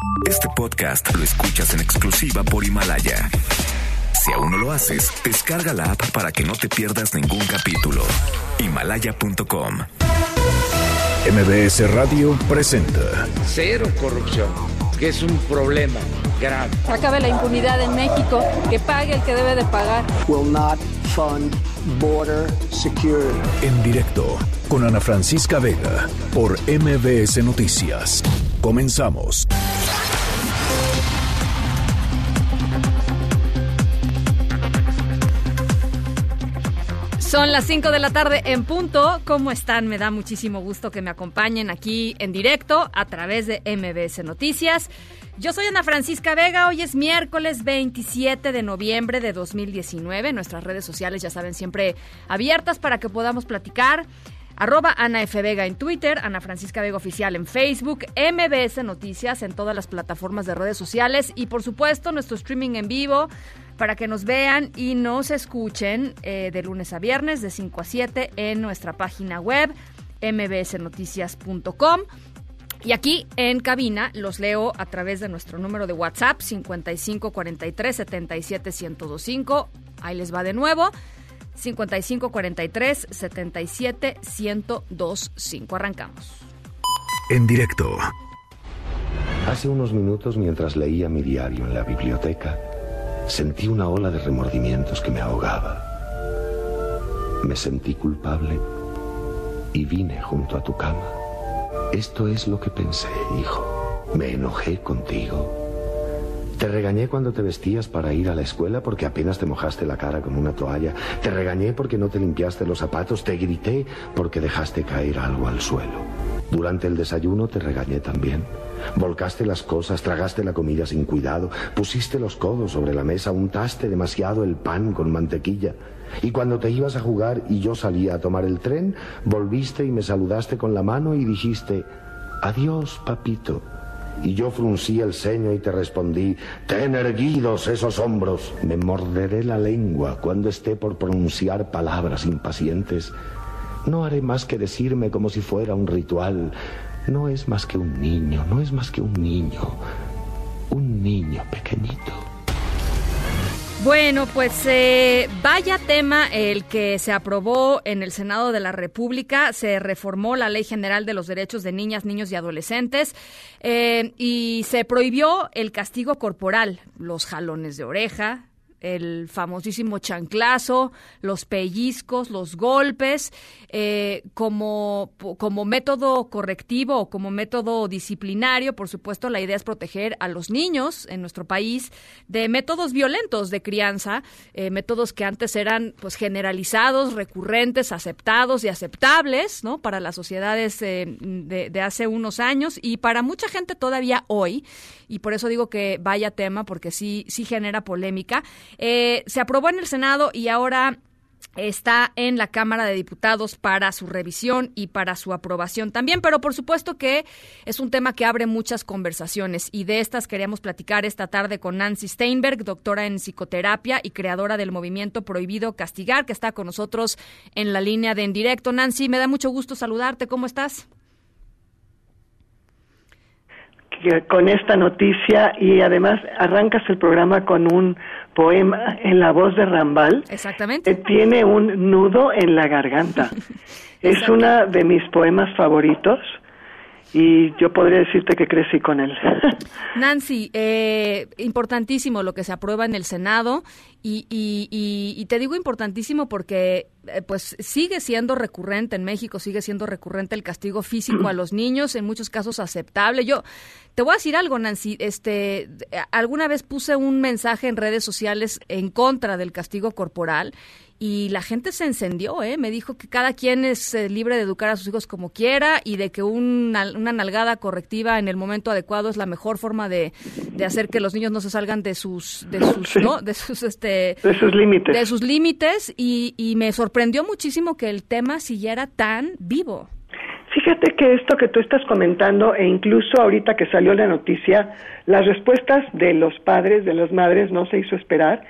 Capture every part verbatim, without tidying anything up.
Este podcast lo escuchas en exclusiva por Himalaya. Si aún no lo haces, descarga la app para que no te pierdas ningún capítulo. Himalaya punto com. M B S Radio presenta Cero corrupción, que es un problema grave. Acabe la impunidad en México, que pague el que debe de pagar. Will not fund border security. En directo con Ana Francisca Vega por M B S Noticias. Comenzamos. Son las cinco de la tarde en punto. ¿Cómo están? Me da muchísimo gusto que me acompañen aquí en directo a través de M B S Noticias. Yo soy Ana Francisca Vega. Hoy es miércoles veintisiete de noviembre de dos mil diecinueve. Nuestras redes sociales, ya saben, siempre abiertas para que podamos platicar. Arroba Ana F. Vega en Twitter, Ana Francisca Vega Oficial en Facebook, M B S Noticias en todas las plataformas de redes sociales y, por supuesto, nuestro streaming en vivo para que nos vean y nos escuchen eh, de lunes a viernes de cinco a siete en nuestra página web m b s noticias punto com. Y aquí en cabina los leo a través de nuestro número de WhatsApp cincuenta y cinco cuarenta y tres setenta y siete ciento veinticinco. Ahí les va de nuevo. cincuenta y cinco cuarenta y tres setenta y siete ciento veinticinco. Arrancamos. En directo. Hace unos minutos, mientras leía mi diario en la biblioteca, sentí una ola de remordimientos que me ahogaba. Me sentí culpable y vine junto a tu cama. Esto es lo que pensé, hijo. Me enojé contigo. Te regañé cuando te vestías para ir a la escuela porque apenas te mojaste la cara con una toalla. Te regañé porque no te limpiaste los zapatos. Te grité porque dejaste caer algo al suelo. Durante el desayuno te regañé también. Volcaste las cosas, tragaste la comida sin cuidado, pusiste los codos sobre la mesa, untaste demasiado el pan con mantequilla. Y cuando te ibas a jugar y yo salía a tomar el tren, volviste y me saludaste con la mano y dijiste: adiós, papito. Y yo fruncí el ceño y te respondí: ten erguidos esos hombros. Me morderé la lengua cuando esté por pronunciar palabras impacientes. No haré más que decirme como si fuera un ritual: no es más que un niño, no es más que un niño, un niño pequeñito. Bueno, pues eh, vaya tema el que se aprobó en el Senado de la República. Se reformó la Ley General de los Derechos de Niñas, Niños y Adolescentes eh, y se prohibió el castigo corporal, los jalones de oreja, el famosísimo chanclazo, los pellizcos, los golpes, eh, como, como método correctivo o como método disciplinario. Por supuesto, la idea es proteger a los niños en nuestro país de métodos violentos de crianza, eh, métodos que antes eran pues generalizados, recurrentes, aceptados y aceptables, ¿no?, para las sociedades eh, de, de hace unos años y para mucha gente todavía hoy. Y por eso digo que vaya tema, porque sí, sí genera polémica. Eh, se aprobó en el Senado y ahora está en la Cámara de Diputados para su revisión y para su aprobación también, pero por supuesto que es un tema que abre muchas conversaciones y de estas queríamos platicar esta tarde con Nancy Steinberg, doctora en psicoterapia y creadora del movimiento Prohibido Castigar, que está con nosotros en la línea de En Directo. Nancy, me da mucho gusto saludarte. ¿Cómo estás? Con esta noticia, y además arrancas el programa con un poema en la voz de Rambal. Exactamente. Que tiene un nudo en la garganta. Es una de mis poemas favoritos y yo podría decirte que crecí con él. Nancy, eh, importantísimo lo que se aprueba en el Senado y, y, y, y te digo importantísimo porque eh, pues sigue siendo recurrente en México, sigue siendo recurrente el castigo físico a los niños, en muchos casos aceptable. Yo te voy a decir algo, Nancy, este, alguna vez puse un mensaje en redes sociales en contra del castigo corporal y la gente se encendió, ¿eh? Me dijo que cada quien es eh, libre de educar a sus hijos como quiera y de que una, una nalgada correctiva en el momento adecuado es la mejor forma de, de hacer que los niños no se salgan de sus, de sus, sí. ¿no? De sus, este, de sus límites, de sus límites y, y me sorprendió muchísimo que el tema siguiera tan vivo. Fíjate que esto que tú estás comentando, e incluso ahorita que salió la noticia, las respuestas de los padres, de las madres, no se hizo esperar.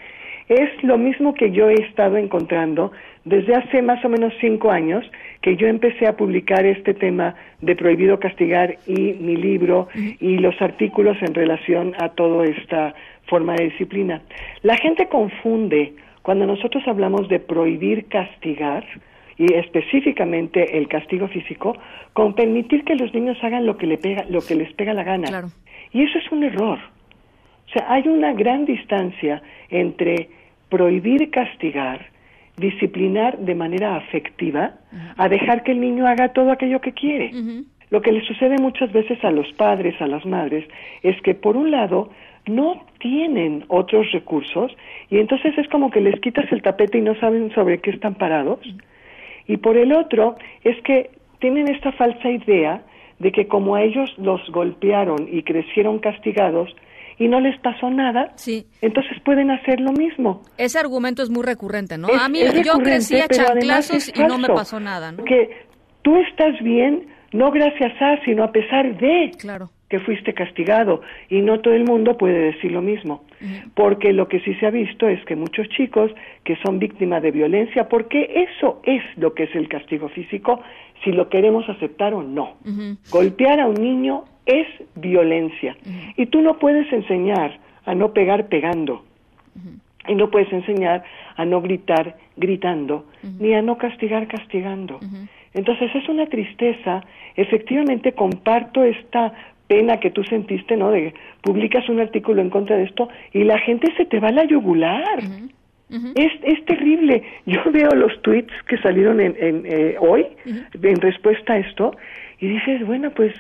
es lo mismo que yo he estado encontrando desde hace más o menos cinco años que yo empecé a publicar este tema de prohibido castigar y mi libro y los artículos en relación a toda esta forma de disciplina. La gente confunde cuando nosotros hablamos de prohibir castigar, y específicamente el castigo físico, con permitir que los niños hagan lo que, le pega, lo que les pega la gana. Claro. Y eso es un error. O sea, hay una gran distancia entre prohibir castigar, disciplinar de manera afectiva, uh-huh. a dejar que el niño haga todo aquello que quiere. Uh-huh. Lo que le sucede muchas veces a los padres, a las madres, es que por un lado no tienen otros recursos y entonces es como que les quitas el tapete y no saben sobre qué están parados. Uh-huh. Y por el otro es que tienen esta falsa idea de que como a ellos los golpearon y crecieron castigados y no les pasó nada, sí. entonces pueden hacer lo mismo. Ese argumento es muy recurrente, ¿no? Es, a mí yo crecí a chanclazos y no me pasó nada, ¿no? Que tú estás bien no gracias a, sino a pesar de claro. que fuiste castigado, y no todo el mundo puede decir lo mismo, uh-huh. porque lo que sí se ha visto es que muchos chicos que son víctimas de violencia, porque eso es lo que es el castigo físico, si lo queremos aceptar o no. Uh-huh. Golpear a un niño es violencia, uh-huh. y tú no puedes enseñar a no pegar pegando, uh-huh. y no puedes enseñar a no gritar gritando, uh-huh. ni a no castigar castigando. Uh-huh. Entonces es una tristeza. Efectivamente comparto esta pena que tú sentiste, ¿no? De que publicas un artículo en contra de esto y la gente se te va a la yugular. Uh-huh. Uh-huh. Es, es terrible. Yo veo los tweets que salieron en, en eh, hoy uh-huh. en respuesta a esto y dices, bueno, pues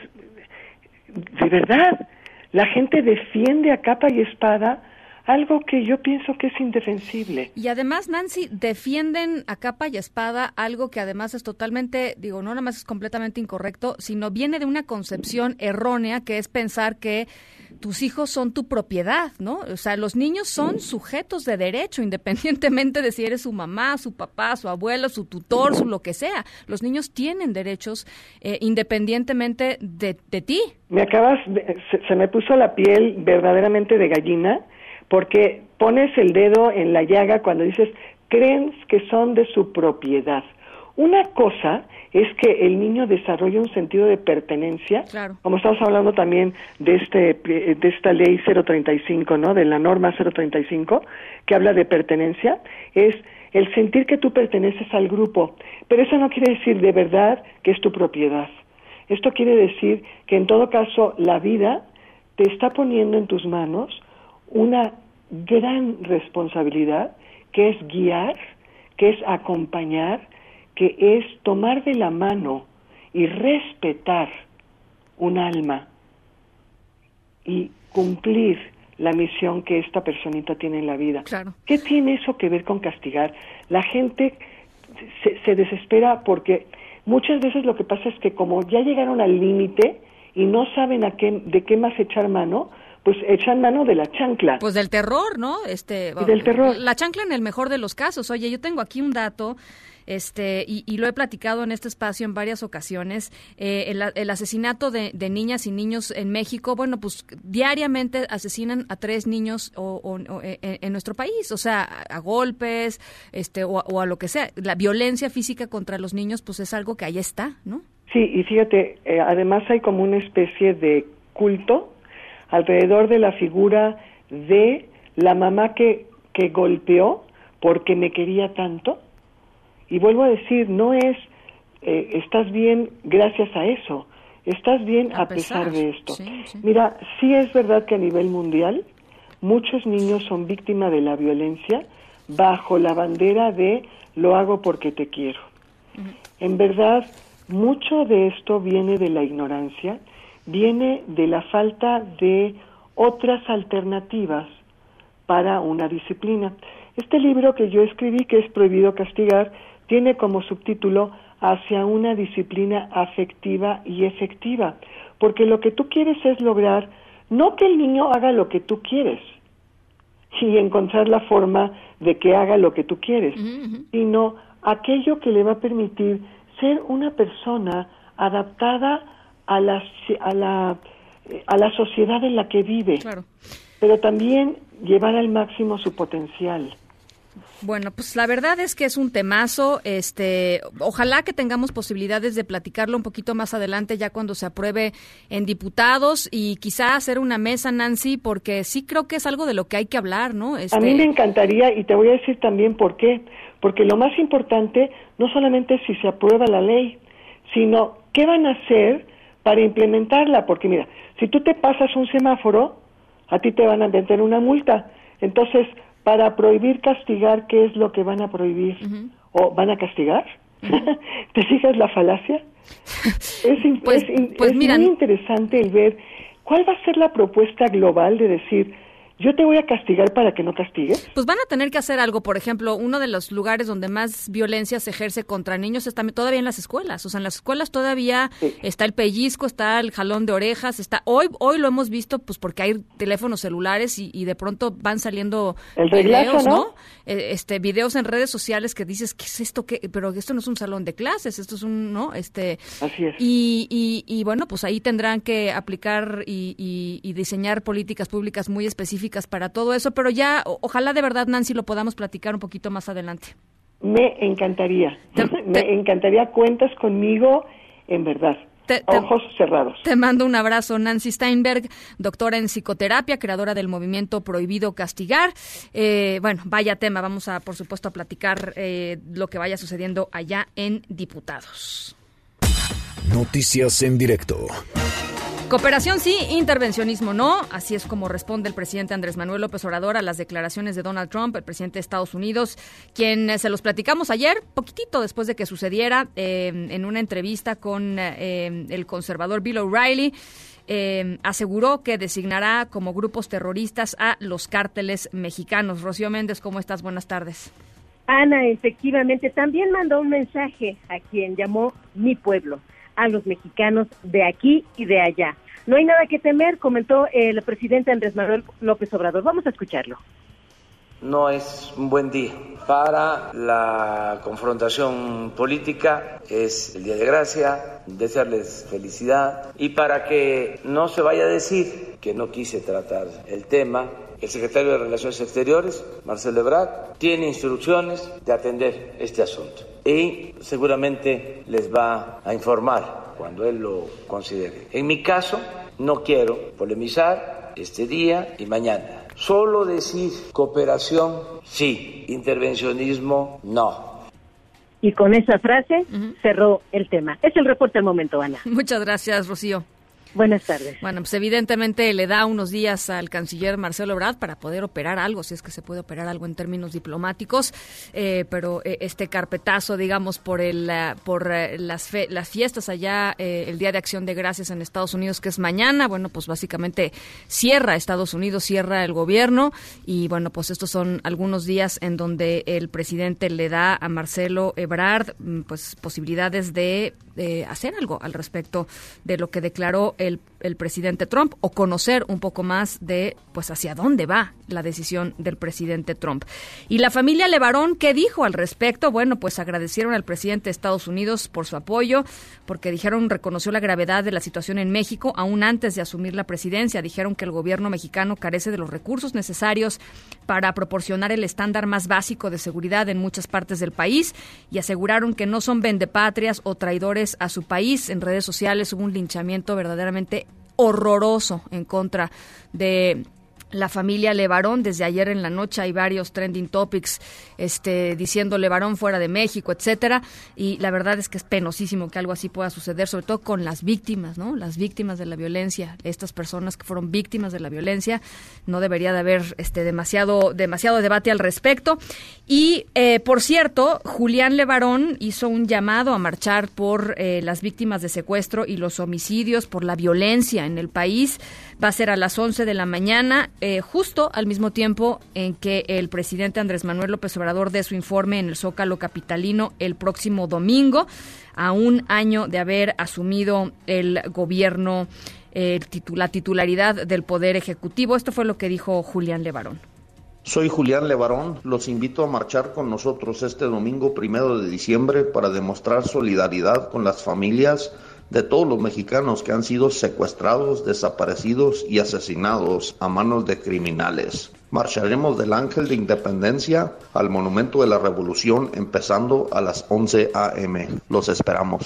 de verdad, la gente defiende a capa y espada algo que yo pienso que es indefensible. Y además, Nancy, defienden a capa y espada algo que además es totalmente, digo, no nada más es completamente incorrecto, sino viene de una concepción errónea, que es pensar que tus hijos son tu propiedad, ¿no? O sea, los niños son sujetos de derecho, independientemente de si eres su mamá, su papá, su abuelo, su tutor, su lo que sea. Los niños tienen derechos eh, independientemente de, de ti. Me acabas, de, se, se me puso la piel verdaderamente de gallina, porque pones el dedo en la llaga cuando dices, creen que son de su propiedad. Una cosa es que el niño desarrolle un sentido de pertenencia, claro. como estamos hablando también de este de esta ley cero treinta y cinco, ¿no? De la norma cero treinta y cinco, que habla de pertenencia, es el sentir que tú perteneces al grupo, pero eso no quiere decir de verdad que es tu propiedad. Esto quiere decir que en todo caso la vida te está poniendo en tus manos una gran responsabilidad, que es guiar, que es acompañar, que es tomar de la mano y respetar un alma y cumplir la misión que esta personita tiene en la vida. Claro. ¿Qué tiene eso que ver con castigar? La gente se, se desespera porque muchas veces lo que pasa es que como ya llegaron al límite y no saben a qué, de qué más echar mano, pues echan mano de la chancla. Pues del terror, ¿no? Este, y del terror. La chancla en el mejor de los casos. Oye, yo tengo aquí un dato, este, y, y lo he platicado en este espacio en varias ocasiones. Eh, el, el asesinato de, de niñas y niños en México, bueno, pues diariamente asesinan a tres niños o, o, o en, en nuestro país, o sea, a, a golpes, este, o, o a lo que sea. La violencia física contra los niños, pues es algo que ahí está, ¿no? Sí, y fíjate, eh, además hay como una especie de culto alrededor de la figura de la mamá que, que golpeó porque me quería tanto. Y vuelvo a decir, no es, eh, estás bien gracias a eso, estás bien a, a pesar, pesar de esto. Sí, sí. Mira, sí es verdad que a nivel mundial muchos niños son víctimas de la violencia bajo la bandera de lo hago porque te quiero. Uh-huh. En verdad, mucho de esto viene de la ignorancia, viene de la falta de otras alternativas para una disciplina. Este libro que yo escribí, que es Prohibido Castigar, tiene como subtítulo Hacia una disciplina afectiva y efectiva, porque lo que tú quieres es lograr no que el niño haga lo que tú quieres y encontrar la forma de que haga lo que tú quieres, uh-huh. sino aquello que le va a permitir ser una persona adaptada a la a la a la sociedad en la que vive, claro. pero también llevar al máximo su potencial. Bueno, pues la verdad es que es un temazo, este, ojalá que tengamos posibilidades de platicarlo un poquito más adelante ya cuando se apruebe en diputados y quizá hacer una mesa, Nancy, porque sí creo que es algo de lo que hay que hablar, ¿no? Este... A mí me encantaría, y te voy a decir también por qué, porque lo más importante no solamente es si se aprueba la ley, sino qué van a hacer para implementarla, porque mira, si tú te pasas un semáforo, a ti te van a meter una multa, entonces para prohibir, castigar, ¿qué es lo que van a prohibir? Uh-huh. ¿O van a castigar? Uh-huh. ¿Te fijas la falacia? es in, pues, es, pues es muy interesante el ver cuál va a ser la propuesta global de decir, ¿yo te voy a castigar para que no castigues? Pues van a tener que hacer algo. Por ejemplo, uno de los lugares donde más violencia se ejerce contra niños está todavía en las escuelas. O sea, en las escuelas todavía sí. está el pellizco, está el jalón de orejas, está hoy hoy lo hemos visto pues porque hay teléfonos celulares y, y de pronto van saliendo el videos, reglazo, ¿no? ¿no? Eh, este videos en redes sociales que dices, ¿qué es esto? ¿Qué? Pero esto no es un salón de clases, esto es un, ¿no? Este Así es. Y, y, y bueno, pues ahí tendrán que aplicar y, y, y diseñar políticas públicas muy específicas para todo eso, pero ya, o, ojalá de verdad, Nancy, lo podamos platicar un poquito más adelante. Me encantaría, te, me te, encantaría, cuentas conmigo, en verdad, te, te, ojos cerrados. Te mando un abrazo, Nancy Steinberg, doctora en psicoterapia, creadora del movimiento Prohibido Castigar. Eh, bueno, vaya tema, vamos a, por supuesto, a platicar eh, lo que vaya sucediendo allá en diputados. Noticias en directo. Cooperación sí, intervencionismo no. Así es como responde el presidente Andrés Manuel López Obrador a las declaraciones de Donald Trump, el presidente de Estados Unidos, quien eh, se los platicamos ayer, poquitito después de que sucediera, eh, en una entrevista con eh, el conservador Bill O'Reilly. Eh, aseguró que designará como grupos terroristas a los cárteles mexicanos. Rocío Méndez, ¿cómo estás? Buenas tardes. Ana, efectivamente, también mandó un mensaje a quien llamó mi pueblo, a los mexicanos de aquí y de allá. No hay nada que temer, comentó el presidente Andrés Manuel López Obrador. Vamos a escucharlo. No es un buen día para la confrontación política, es el Día de Gracia, desearles felicidad y para que no se vaya a decir que no quise tratar el tema. El secretario de Relaciones Exteriores, Marcelo Ebrard, tiene instrucciones de atender este asunto y seguramente les va a informar cuando él lo considere. En mi caso, no quiero polemizar este día y mañana. Solo decir cooperación, sí, intervencionismo, no. Y con esa frase uh-huh. cerró el tema. Es el reporte al momento, Ana. Muchas gracias, Rocío. Buenas tardes. Bueno, pues evidentemente le da unos días al canciller Marcelo Ebrard para poder operar algo, si es que se puede operar algo en términos diplomáticos, eh, pero eh, este carpetazo, digamos, por el uh, por uh, las fe, las fiestas allá, eh, el Día de Acción de Gracias en Estados Unidos, que es mañana, bueno, pues básicamente cierra Estados Unidos, cierra el gobierno, y bueno, pues estos son algunos días en donde el presidente le da a Marcelo Ebrard, pues posibilidades de eh, hacer algo al respecto de lo que declaró el, el presidente Trump o conocer un poco más de pues hacia dónde va la decisión del presidente Trump. Y la familia Levarón, ¿qué dijo al respecto? Bueno, pues agradecieron al presidente de Estados Unidos por su apoyo, porque dijeron, reconoció la gravedad de la situación en México aún antes de asumir la presidencia. Dijeron que el gobierno mexicano carece de los recursos necesarios para proporcionar el estándar más básico de seguridad en muchas partes del país, y aseguraron que no son vendepatrias o traidores a su país. En redes sociales hubo un linchamiento verdaderamente horroroso en contra de la familia Levarón. Desde ayer en la noche hay varios trending topics este, diciendo Levarón fuera de México, etcétera, y la verdad es que es penosísimo que algo así pueda suceder, sobre todo con las víctimas, ¿no? Las víctimas de la violencia, estas personas que fueron víctimas de la violencia. No debería de haber este demasiado demasiado debate al respecto. Y eh, por cierto, Julián Levarón hizo un llamado a marchar por eh, las víctimas de secuestro y los homicidios, por la violencia en el país. Va a ser a las once de la mañana. Eh, justo al mismo tiempo en que el presidente Andrés Manuel López Obrador dé su informe en el Zócalo capitalino el próximo domingo, a un año de haber asumido el gobierno, eh, titu- la titularidad del Poder Ejecutivo. Esto fue lo que dijo Julián Levarón. Soy Julián Levarón, los invito a marchar con nosotros este domingo primero de diciembre para demostrar solidaridad con las familias de todos los mexicanos que han sido secuestrados, desaparecidos y asesinados a manos de criminales. Marcharemos del Ángel de Independencia al Monumento de la Revolución empezando a las once a eme. Los esperamos.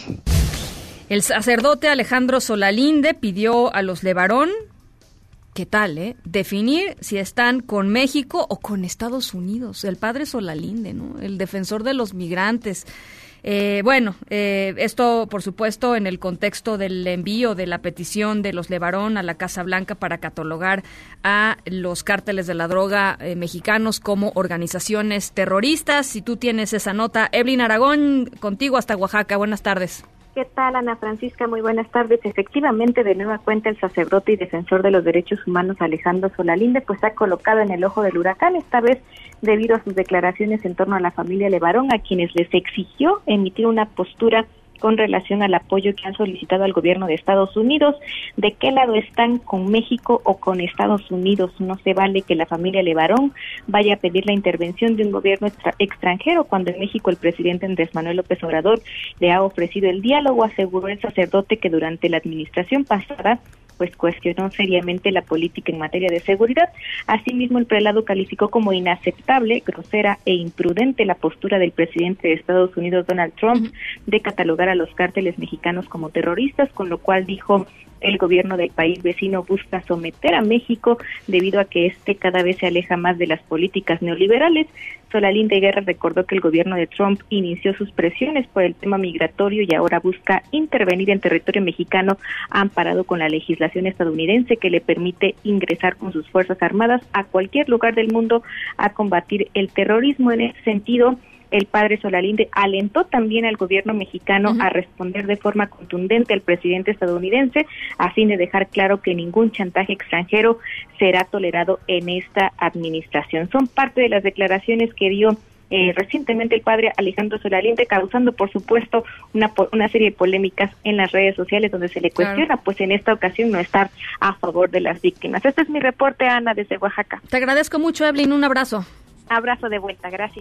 El sacerdote Alejandro Solalinde pidió a los Levarón, ¿qué tal, eh? Definir si están con México o con Estados Unidos. El padre Solalinde, ¿no? El defensor de los migrantes. Eh, bueno, eh, esto, por supuesto, en el contexto del envío de la petición de los Levarón a la Casa Blanca para catalogar a los cárteles de la droga eh, mexicanos como organizaciones terroristas. Si tú tienes esa nota, Evelyn Aragón, contigo hasta Oaxaca. Buenas tardes. ¿Qué tal, Ana Francisca? Muy buenas tardes. Efectivamente, de nueva cuenta, el sacerdote y defensor de los derechos humanos Alejandro Solalinde pues se ha colocado en el ojo del huracán, esta vez debido a sus declaraciones en torno a la familia Levarón, a quienes les exigió emitir una postura con relación al apoyo que han solicitado al gobierno de Estados Unidos. ¿De qué lado están, con México o con Estados Unidos? No se vale que la familia Levarón vaya a pedir la intervención de un gobierno extra- extranjero cuando en México el presidente Andrés Manuel López Obrador le ha ofrecido el diálogo. Aseguró el sacerdote que durante la administración pasada pues cuestionó seriamente la política en materia de seguridad. Asimismo, el prelado calificó como inaceptable, grosera e imprudente la postura del presidente de Estados Unidos, Donald Trump, de catalogar a los cárteles mexicanos como terroristas, con lo cual dijo el gobierno del país vecino busca someter a México debido a que este cada vez se aleja más de las políticas neoliberales. Solalinde Guerra recordó que el gobierno de Trump inició sus presiones por el tema migratorio y ahora busca intervenir en territorio mexicano amparado con la legislación estadounidense que le permite ingresar con sus fuerzas armadas a cualquier lugar del mundo a combatir el terrorismo. En ese sentido, el padre Solalinde alentó también al gobierno mexicano uh-huh. a responder de forma contundente al presidente estadounidense a fin de dejar claro que ningún chantaje extranjero será tolerado en esta administración. Son parte de las declaraciones que dio eh, recientemente el padre Alejandro Solalinde, causando por supuesto una, una serie de polémicas en las redes sociales donde se le cuestiona, claro. pues en esta ocasión no estar a favor de las víctimas. Este es mi reporte, Ana, desde Oaxaca. Te agradezco mucho, Evelyn, un abrazo. Abrazo de vuelta, gracias.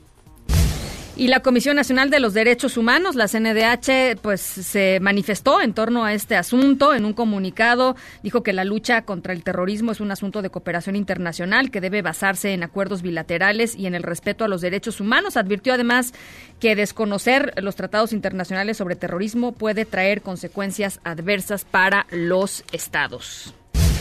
Y la Comisión Nacional de los Derechos Humanos, la C N D H, pues se manifestó en torno a este asunto. En un comunicado dijo que la lucha contra el terrorismo es un asunto de cooperación internacional que debe basarse en acuerdos bilaterales y en el respeto a los derechos humanos. Advirtió además que desconocer los tratados internacionales sobre terrorismo puede traer consecuencias adversas para los estados.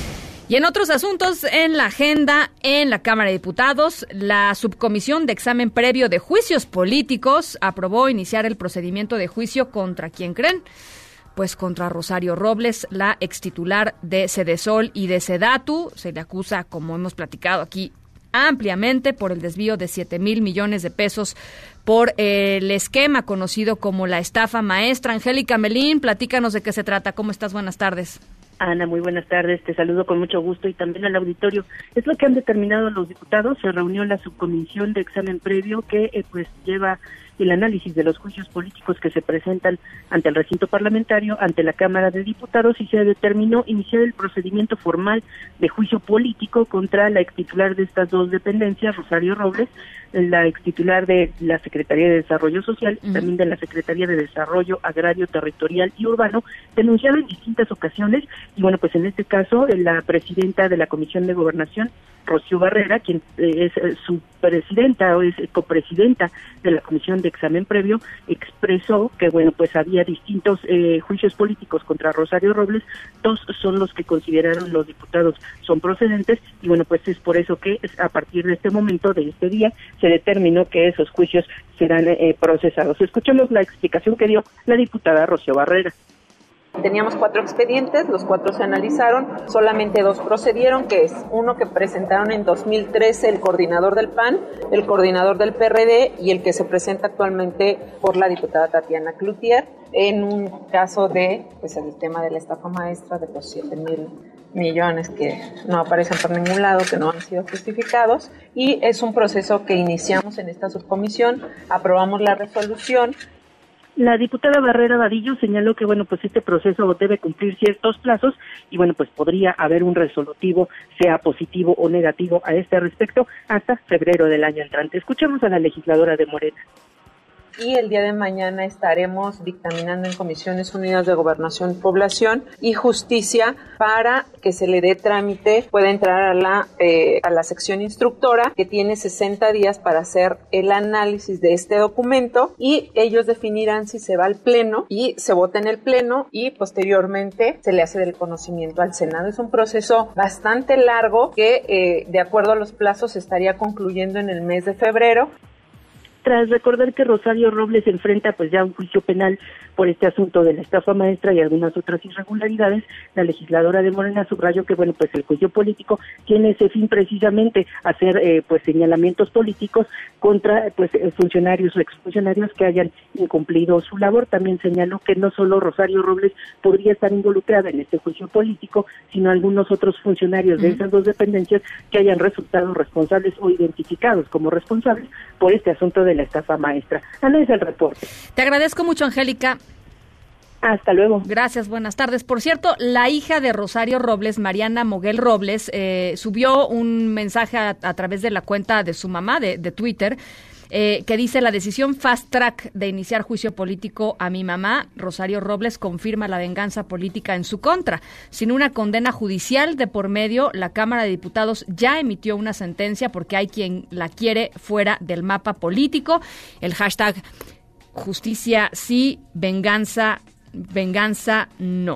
Y en otros asuntos en la agenda, en la Cámara de Diputados, la Subcomisión de Examen Previo de Juicios Políticos aprobó iniciar el procedimiento de juicio contra ¿quién creen? Pues contra Rosario Robles, la extitular de Sedesol y de Sedatu. Se le acusa, como hemos platicado aquí ampliamente, por el desvío de siete mil millones de pesos por el esquema conocido como la estafa maestra. Angélica Melín, platícanos de qué se trata. ¿Cómo estás? Buenas tardes. Ana, muy buenas tardes, te saludo con mucho gusto y también al auditorio. Es lo que han determinado los diputados. Se reunió la subcomisión de examen previo que eh, pues lleva el análisis de los juicios políticos que se presentan ante el recinto parlamentario, ante la Cámara de Diputados, y se determinó iniciar el procedimiento formal de juicio político contra la extitular de estas dos dependencias, Rosario Robles, la extitular de la Secretaría de Desarrollo Social y uh-huh. también de la Secretaría de Desarrollo Agrario, Territorial y Urbano, denunciada en distintas ocasiones. Y bueno, pues en este caso, la presidenta de la Comisión de Gobernación, Rocío Barrera, quien es su presidenta o es copresidenta de la Comisión de Examen Previo, expresó que, bueno, pues había distintos eh, juicios políticos contra Rosario Robles. Dos son los que consideraron los diputados son procedentes y, bueno, pues es por eso que a partir de este momento, de este día, se determinó que esos juicios serán eh, procesados. Escuchemos la explicación que dio la diputada Rocío Barrera. Teníamos cuatro expedientes, los cuatro se analizaron, solamente dos procedieron, que es uno que presentaron en dos mil trece el coordinador del P A N, el coordinador del P R D y el que se presenta actualmente por la diputada Tatiana Cloutier, en un caso de, pues, el tema de la estafa maestra de los siete mil millones que no aparecen por ningún lado, que no han sido justificados, y es un proceso que iniciamos en esta subcomisión, aprobamos la resolución. La diputada Barrera Vadillo señaló que, bueno, pues este proceso debe cumplir ciertos plazos y, bueno, pues podría haber un resolutivo, sea positivo o negativo a este respecto, hasta febrero del año entrante. Escuchemos a la legisladora de Morena. y el día de mañana estaremos dictaminando en Comisiones Unidas de Gobernación, Población y Justicia para que se le dé trámite, pueda entrar a la, eh, a la sección instructora, que tiene sesenta días para hacer el análisis de este documento, y ellos definirán si se va al Pleno y se vota en el Pleno y posteriormente se le hace del conocimiento al Senado. Es un proceso bastante largo que, eh, de acuerdo a los plazos, estaría concluyendo en el mes de febrero. Tras recordar que Rosario Robles se enfrenta pues ya a un juicio penal por este asunto de la estafa maestra y algunas otras irregularidades, la legisladora de Morena subrayó que bueno pues el juicio político tiene ese fin precisamente, hacer eh, pues señalamientos políticos contra pues funcionarios o exfuncionarios que hayan incumplido su labor. También señaló que no solo Rosario Robles podría estar involucrada en este juicio político, sino algunos otros funcionarios de esas dos dependencias que hayan resultado responsables o identificados como responsables por este asunto de de la estafa maestra. Ana, es el reporte. Te agradezco mucho, Angélica. Hasta luego. Gracias, buenas tardes. Por cierto, la hija de Rosario Robles, Mariana Moguel Robles, eh, subió un mensaje a, a través de la cuenta de su mamá de, de Twitter, eh, que dice: la decisión fast track de iniciar juicio político a mi mamá, Rosario Robles, confirma la venganza política en su contra. Sin una condena judicial de por medio, la Cámara de Diputados ya emitió una sentencia porque hay quien la quiere fuera del mapa político. El hashtag justicia sí, venganza, venganza no.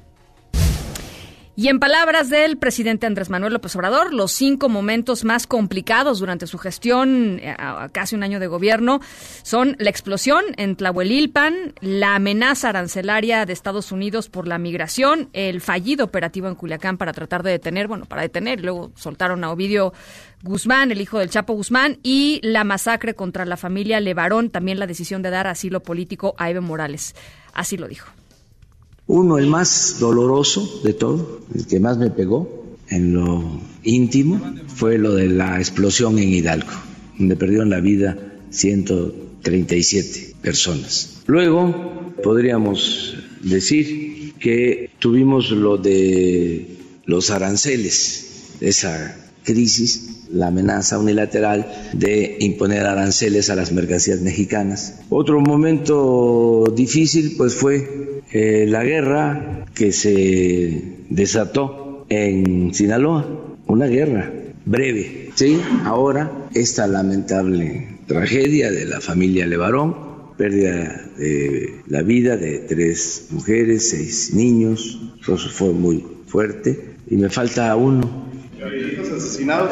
Y en palabras del presidente Andrés Manuel López Obrador, los cinco momentos más complicados durante su gestión, a casi un año de gobierno, son la explosión en Tlahuelilpan, la amenaza arancelaria de Estados Unidos por la migración, el fallido operativo en Culiacán para tratar de detener, bueno, para detener, luego soltaron a Ovidio Guzmán, el hijo del Chapo Guzmán, y la masacre contra la familia Levarón, también la decisión de dar asilo político a Evo Morales. Así lo dijo. Uno, el más doloroso de todo, el que más me pegó en lo íntimo, fue lo de la explosión en Hidalgo, donde perdieron la vida ciento treinta y siete personas. Luego, podríamos decir que tuvimos lo de los aranceles, esa crisis, la amenaza unilateral de imponer aranceles a las mercancías mexicanas. Otro momento difícil pues fue eh, la guerra que se desató en Sinaloa, una guerra breve, ¿sí? Ahora esta lamentable tragedia de la familia Levarón, pérdida de la vida de tres mujeres, seis niños, eso fue muy fuerte, y me falta uno. ¿Los asesinados?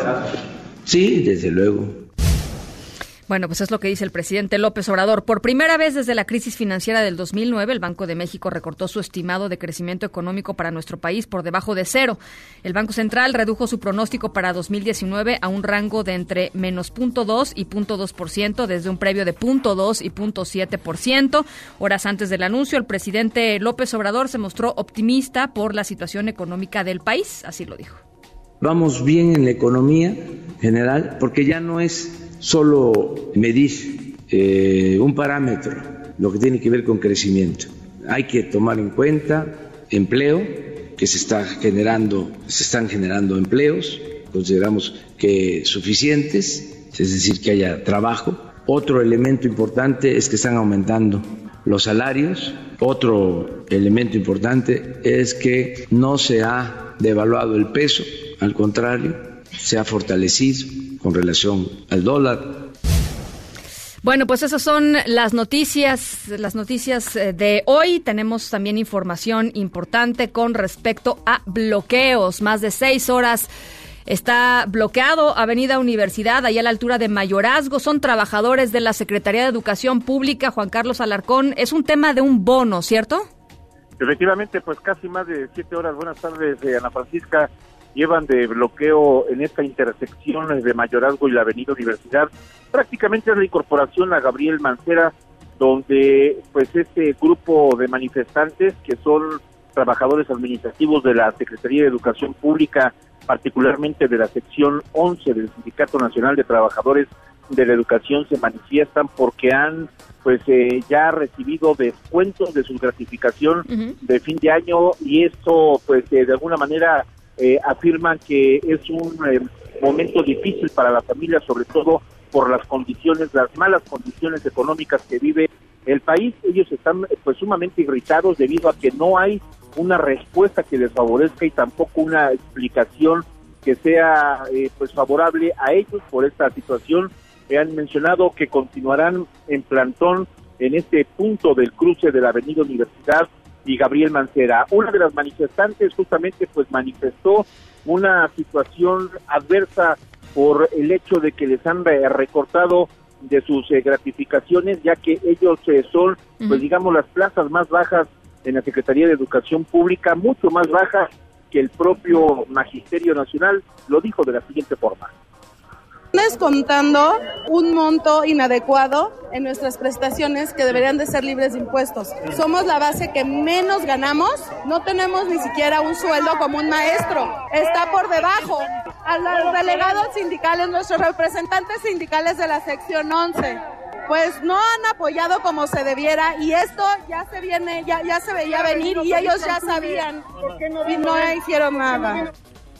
Sí, desde luego. Bueno, pues es lo que dice el presidente López Obrador. Por primera vez desde la crisis financiera del dos mil nueve, el Banco de México recortó su estimado de crecimiento económico para nuestro país por debajo de cero. El Banco Central redujo su pronóstico para dos mil diecinueve a un rango de entre menos cero punto dos y cero punto dos por ciento, desde un previo de cero punto dos y cero punto siete por ciento. Horas antes del anuncio, el presidente López Obrador se mostró optimista por la situación económica del país. Así lo dijo. Vamos bien en la economía general, porque ya no es solo medir eh, un parámetro, lo que tiene que ver con crecimiento. Hay que tomar en cuenta empleo, que se está generando, se están generando empleos, consideramos que suficientes, es decir, que haya trabajo. Otro elemento importante es que están aumentando los salarios. Otro elemento importante es que no se ha devaluado el peso, al contrario, se ha fortalecido con relación al dólar. Bueno, pues esas son las noticias, las noticias de hoy. Tenemos también información importante con respecto a bloqueos. Más de seis horas está bloqueado Avenida Universidad, allá a la altura de Mayorazgo. Son trabajadores de la Secretaría de Educación Pública, Juan Carlos Alarcón. Es un tema de un bono, ¿cierto? Efectivamente, pues casi más de siete horas. Buenas tardes, eh, Ana Francisca. Llevan de bloqueo en esta intersección de Mayorazgo y la Avenida Universidad. Prácticamente es la incorporación a Gabriel Mancera, donde pues este grupo de manifestantes que son trabajadores administrativos de la Secretaría de Educación Pública, particularmente de la sección once del Sindicato Nacional de Trabajadores de la Educación, se manifiestan porque han pues eh, ya recibido descuentos de su gratificación uh-huh. de fin de año, y esto pues eh, de alguna manera Eh, afirman que es un eh, momento difícil para la familia, sobre todo por las condiciones, las malas condiciones económicas que vive el país. Ellos están pues sumamente irritados debido a que no hay una respuesta que les favorezca y tampoco una explicación que sea eh, pues favorable a ellos por esta situación. Eh, han mencionado que continuarán en plantón en este punto del cruce de la Avenida Universidad y Gabriel Mancera. Una de las manifestantes justamente pues manifestó una situación adversa por el hecho de que les han eh, recortado de sus eh, gratificaciones, ya que ellos eh, son, uh-huh. pues digamos, las plazas más bajas en la Secretaría de Educación Pública, mucho más bajas que el propio Magisterio Nacional. Lo dijo de la siguiente forma. Descontando un monto inadecuado en nuestras prestaciones que deberían de ser libres de impuestos. Somos la base que menos ganamos, no tenemos ni siquiera un sueldo como un maestro, está por debajo. A los delegados sindicales, nuestros representantes sindicales de la sección once, pues no han apoyado como se debiera y esto ya se viene, ya, ya se veía venir y ellos ya sabían y no hicieron nada.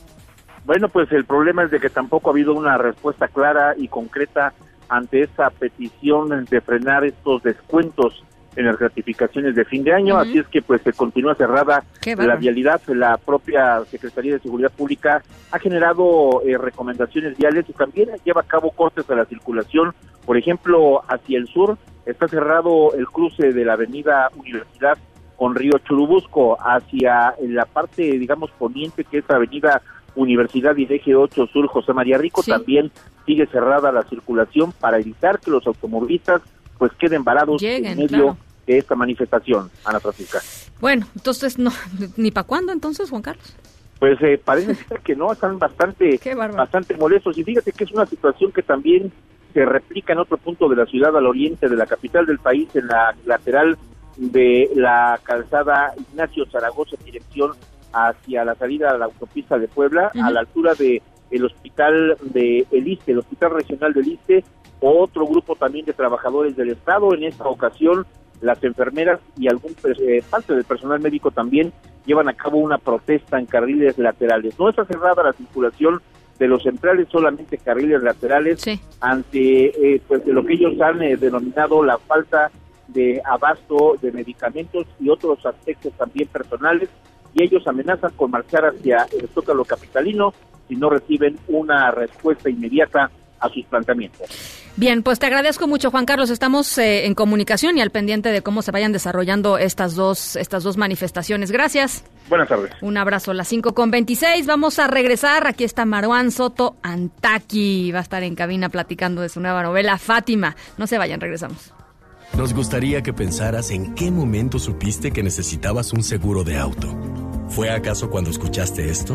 Bueno, pues el problema es de que tampoco ha habido una respuesta clara y concreta ante esta petición de frenar estos descuentos en las gratificaciones de fin de año, uh-huh. Así es que pues se continúa cerrada la vialidad. La propia Secretaría de Seguridad Pública ha generado eh, recomendaciones viales y también lleva a cabo cortes de la circulación. Por ejemplo, hacia el sur está cerrado el cruce de la Avenida Universidad con Río Churubusco, hacia la parte, digamos, poniente, que es la Avenida Universidad y Eje ocho Sur José María Rico, sí. También sigue cerrada la circulación para evitar que los automovilistas pues queden varados Lleguen, en medio claro. de esta manifestación, Ana Francisca. Bueno, entonces no, ni para cuándo entonces, Juan Carlos. Pues eh, parece ser que no, están bastante, bastante molestos, y fíjate que es una situación que también se replica en otro punto de la ciudad al oriente de la capital del país, en la lateral de la calzada Ignacio Zaragoza, en dirección hacia la salida a la autopista de Puebla, uh-huh. a la altura de el hospital de el Iste, el hospital regional del Iste. Otro grupo también de trabajadores del Estado, en esta ocasión las enfermeras y algún eh, parte del personal médico también llevan a cabo una protesta en carriles laterales. No está cerrada la circulación de los centrales, solamente carriles laterales, sí. ante eh, pues de lo que ellos han eh, denominado la falta de abasto de medicamentos y otros aspectos también personales, y ellos amenazan con marchar hacia el Zócalo capitalino si no reciben una respuesta inmediata a sus planteamientos. Bien, pues te agradezco mucho, Juan Carlos. Estamos eh, en comunicación y al pendiente de cómo se vayan desarrollando estas dos estas dos manifestaciones. Gracias. Buenas tardes. Un abrazo. Las cinco con veintiséis. Vamos a regresar. Aquí está Maruán Soto Antaki. Va a estar en cabina platicando de su nueva novela, Fátima. No se vayan, regresamos. Nos gustaría que pensaras en qué momento supiste que necesitabas un seguro de auto. ¿Fue acaso cuando escuchaste esto?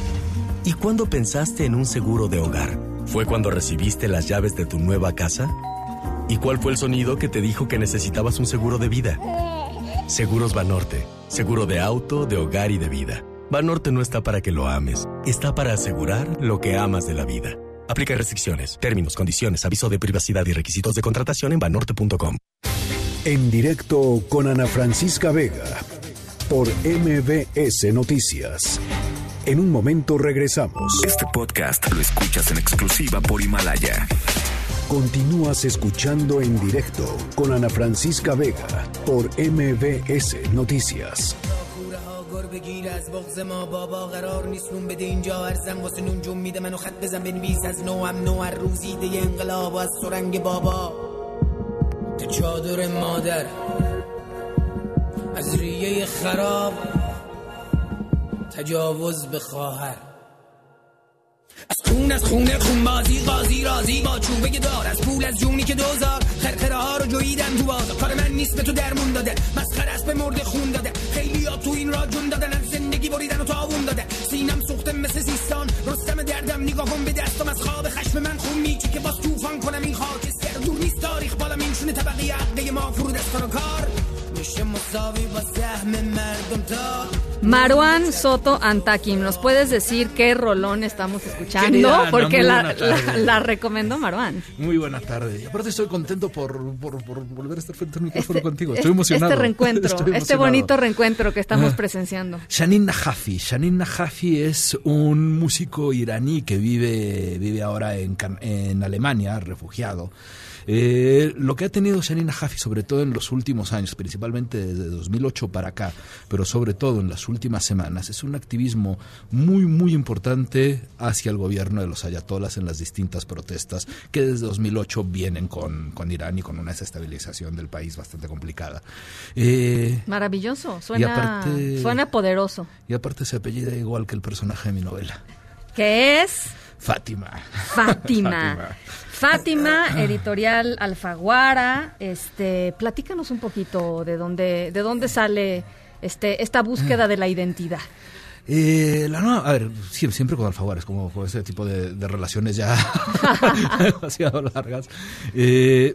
¿Y cuándo pensaste en un seguro de hogar? ¿Fue cuando recibiste las llaves de tu nueva casa? ¿Y cuál fue el sonido que te dijo que necesitabas un seguro de vida? Seguros Banorte. Seguro de auto, de hogar y de vida. Banorte no está para que lo ames. Está para asegurar lo que amas de la vida. Aplica restricciones, términos, condiciones, aviso de privacidad y requisitos de contratación en banorte punto com. En directo con Ana Francisca Vega por M V S Noticias. En un momento regresamos. Este podcast lo escuchas en exclusiva por Himalaya. Continúas escuchando En Directo con Ana Francisca Vega por M V S Noticias. بگیر از بغض ما بابا قرار نیست نون بده اینجا ارزم واسه نون جون میده منو خط بزن بنویس از نو هم نو هر روزیده انقلاب از سرنگ بابا تا چادر مادر از ریه خراب تجاوز به خواهر از خون از خونه خون بازی قاضی رازی با چوبه دار از پول از جونی که دوزار خرخره ها رو جویدم تو بازار کار من نیست به تو درمون داده مسخره است به مرد خون داده خیلی ها تو این را جون دادن از زندگی بریدن و تاوون داده سینم سوخته مثل سیستان رستم دردم نگاهم به دستم از خواب خشم من خون میچه که باز طوفان کنم این خاکستر دور نیست تاریخ بالا این شونه طبقه عقده ما فرود از کار و کار نشته Marwan Soto Antakim, ¿nos puedes decir qué rolón estamos escuchando? Querida Ana, Porque la, la, la recomendó Marwan. Muy buena tarde. Y aparte estoy contento por, por, por volver a estar frente al micrófono Este, contigo. Estoy emocionado. Este reencuentro, Estoy este bonito reencuentro que estamos Ah. presenciando. Shanin Najafi. Shanin Najafi es un músico iraní que vive, vive ahora en, en Alemania, refugiado. Eh, lo que ha tenido Shanin Najafi, sobre todo en los últimos años, principalmente desde dos mil ocho para acá, pero sobre todo en las últimas semanas, es un activismo muy, muy importante hacia el gobierno de los ayatolas en las distintas protestas que desde dos mil ocho vienen con, con Irán y con una desestabilización del país bastante complicada. Eh, Maravilloso, suena, aparte, suena poderoso. Y aparte se apellida igual que el personaje de mi novela. ¿Qué es? Fátima. Fátima. Fátima. Fátima, editorial Alfaguara. Este, platícanos un poquito de dónde, de dónde sale este, esta búsqueda de la identidad. Eh, la nueva, a ver, siempre, siempre con Alfaguara, es como con ese tipo de, de relaciones ya demasiado largas. Eh,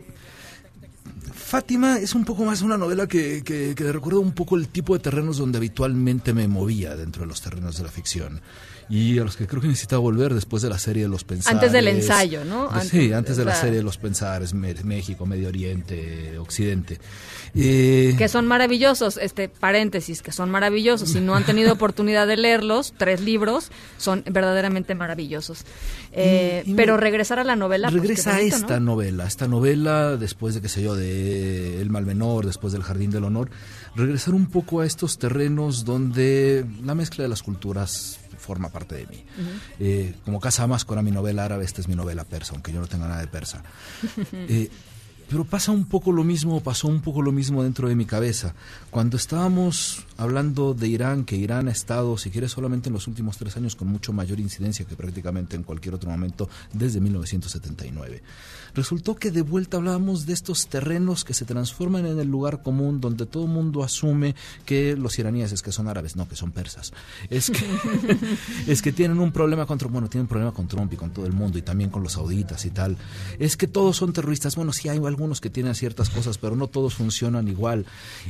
Fátima es un poco más una novela que, que, que recuerda un poco el tipo de terrenos donde habitualmente me movía dentro de los terrenos de la ficción. Y a los que creo que necesitaba volver después de la serie de Los Pensares. Antes del ensayo, ¿no? De, antes, sí, antes de la o sea, serie de Los Pensares, México, Medio Oriente, Occidente. Eh, que son maravillosos, este paréntesis, que son maravillosos. Si no han tenido oportunidad de leerlos, tres libros, son verdaderamente maravillosos. Eh, y, y pero regresar a la novela. Regresa pues, bonito, a esta ¿no? novela, esta novela, después de, qué sé yo, de El Mal Menor, después del Jardín del Honor, regresar un poco a estos terrenos donde la mezcla de las culturas forma parte de mí. Uh-huh. Eh, como Casa Máscara, mi novela árabe, esta es mi novela persa, aunque yo no tenga nada de persa. Eh, pero pasa un poco lo mismo, pasó un poco lo mismo dentro de mi cabeza. Cuando estábamos hablando de Irán, que Irán ha estado, si quieres, solamente en los últimos tres años con mucho mayor incidencia que prácticamente en cualquier otro momento desde mil novecientos setenta y nueve. Resultó que de vuelta hablábamos de estos terrenos que se transforman en el lugar común donde todo el mundo asume que los iraníes es que son árabes, no, que son persas. Es que, es que tienen un problema con Trump, bueno, tienen un problema con Trump y con todo el mundo y también con los sauditas y tal. Es que todos son terroristas, bueno, sí hay algunos que tienen ciertas cosas, pero no todos funcionan igual.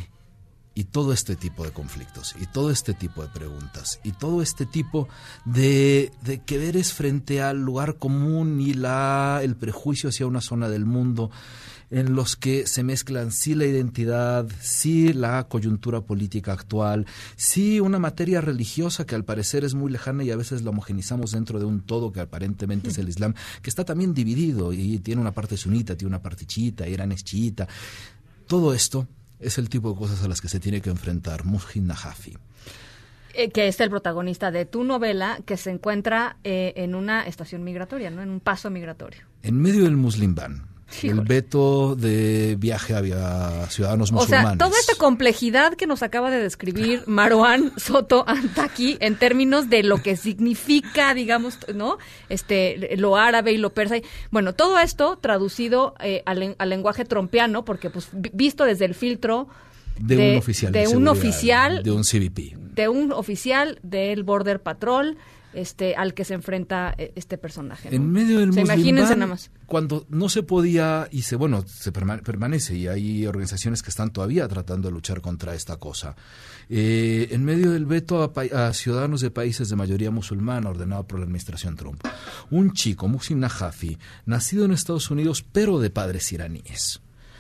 Y todo este tipo de conflictos, y todo este tipo de preguntas, y todo este tipo de, de quereres frente al lugar común y la, el prejuicio hacia una zona del mundo, en los que se mezclan sí la identidad, sí la coyuntura política actual, sí una materia religiosa que al parecer es muy lejana y a veces la homogenizamos dentro de un todo que aparentemente es el Islam, que está también dividido y tiene una parte sunita, tiene una parte chiita, Irán es chiita. Todo esto es el tipo de cosas a las que se tiene que enfrentar Mohsin Najafi. Eh, que es el protagonista de tu novela, que se encuentra eh, en una estación migratoria, ¿no? En un paso migratorio. En medio del Muslim Ban. El veto de viaje a ciudadanos musulmanes. O sea, toda esta complejidad que nos acaba de describir Marwan Soto Antaki en términos de lo que significa, digamos, ¿no? Este, lo árabe y lo persa. Bueno, todo esto traducido eh, al, al lenguaje trompiano, porque pues visto desde el filtro de, de un oficial, de, de un oficial, de un C B P, de un oficial del Border Patrol. Este, al que se enfrenta este personaje, ¿no? En medio del o sea, Muslim imagínense Ban, nada más. Cuando no se podía, y se bueno, se perma- permanece, y hay organizaciones que están todavía tratando de luchar contra esta cosa. Eh, en medio del veto a, pa- a ciudadanos de países de mayoría musulmana ordenado por la administración Trump, un chico, Mohsin Najafi, nacido en Estados Unidos, pero de padres iraníes,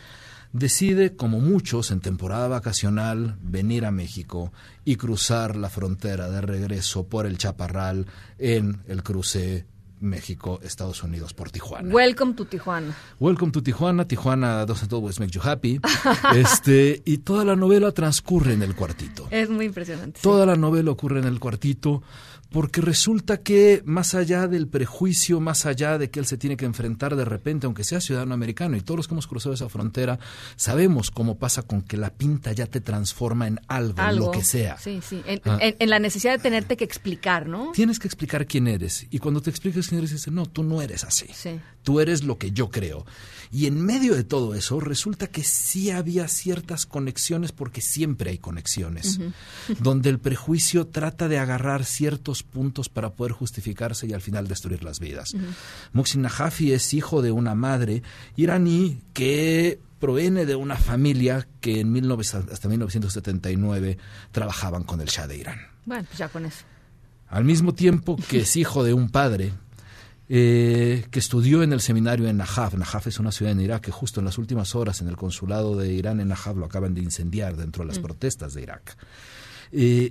decide, como muchos en temporada vacacional, venir a México y cruzar la frontera de regreso por el Chaparral en el cruce México-Estados Unidos por Tijuana. Welcome to Tijuana. Welcome to Tijuana. Tijuana doesn't always make you happy. este, y toda la novela transcurre en el cuartito. Es muy impresionante. Toda sí. la novela ocurre en el cuartito, porque resulta que más allá del prejuicio, más allá de que él se tiene que enfrentar de repente, aunque sea ciudadano americano, y todos los que hemos cruzado esa frontera, sabemos cómo pasa con que la pinta ya te transforma en algo, algo. lo que sea. Sí, sí, en, Ah. en, en la necesidad de tenerte que explicar, ¿no? Tienes que explicar quién eres, y cuando te explicas quién eres, dices, no, tú no eres así. Sí. Tú eres lo que yo creo. Y en medio de todo eso, resulta que sí había ciertas conexiones, porque siempre hay conexiones, uh-huh. donde el prejuicio trata de agarrar ciertos puntos para poder justificarse y al final destruir las vidas. Uh-huh. Mohsin Najafi es hijo de una madre iraní que proviene de una familia que en mil novecientos, hasta mil novecientos setenta y nueve trabajaban con el Shah de Irán. Bueno, pues ya con eso. Al mismo tiempo que es hijo de un padre eh, que estudió en el seminario en Najaf. Najaf es una ciudad en Irak que justo en las últimas horas en el consulado de Irán en Najaf lo acaban de incendiar dentro de las mm. protestas de Irak. Eh,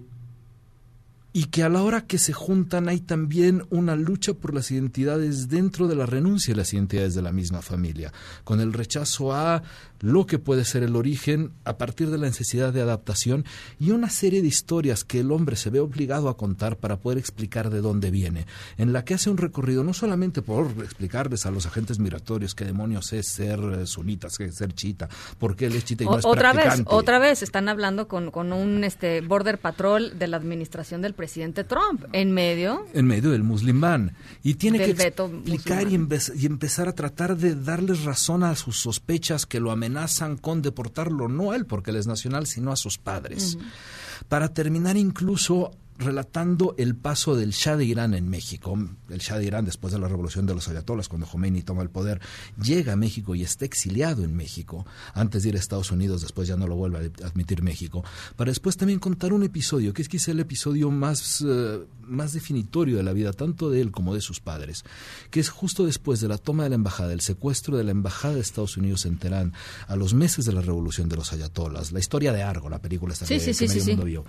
y que a la hora que se juntan hay también una lucha por las identidades dentro de la renuncia a las identidades de la misma familia, con el rechazo a lo que puede ser el origen a partir de la necesidad de adaptación y una serie de historias que el hombre se ve obligado a contar para poder explicar de dónde viene, en la que hace un recorrido no solamente por explicarles a los agentes migratorios qué demonios es ser eh, sunita, qué es ser chiita, por qué él es chiita y no es otra practicante. vez, otra vez están hablando con, con un este border patrol de la administración del presidente Trump, en medio... En medio del Muslim Ban. Y tiene que explicar y, empe- y empezar a tratar de darles razón a sus sospechas que lo amenazan con deportarlo, no a él porque él es nacional, sino a sus padres. Uh-huh. Para terminar incluso relatando el paso del Shah de Irán en México. El Shah de Irán, después de la revolución de los ayatolas, cuando Khomeini toma el poder, llega a México y está exiliado en México. Antes de ir a Estados Unidos, después ya no lo vuelve a admitir México. Para después también contar un episodio, que es quizá el episodio más, uh, más definitorio de la vida, tanto de él como de sus padres, que es justo después de la toma de la embajada, el secuestro de la embajada de Estados Unidos en Teherán, a los meses de la revolución de los ayatolas. La historia de Argo, la película esta sí, que, sí, que sí, medio sí, mundo sí. vio.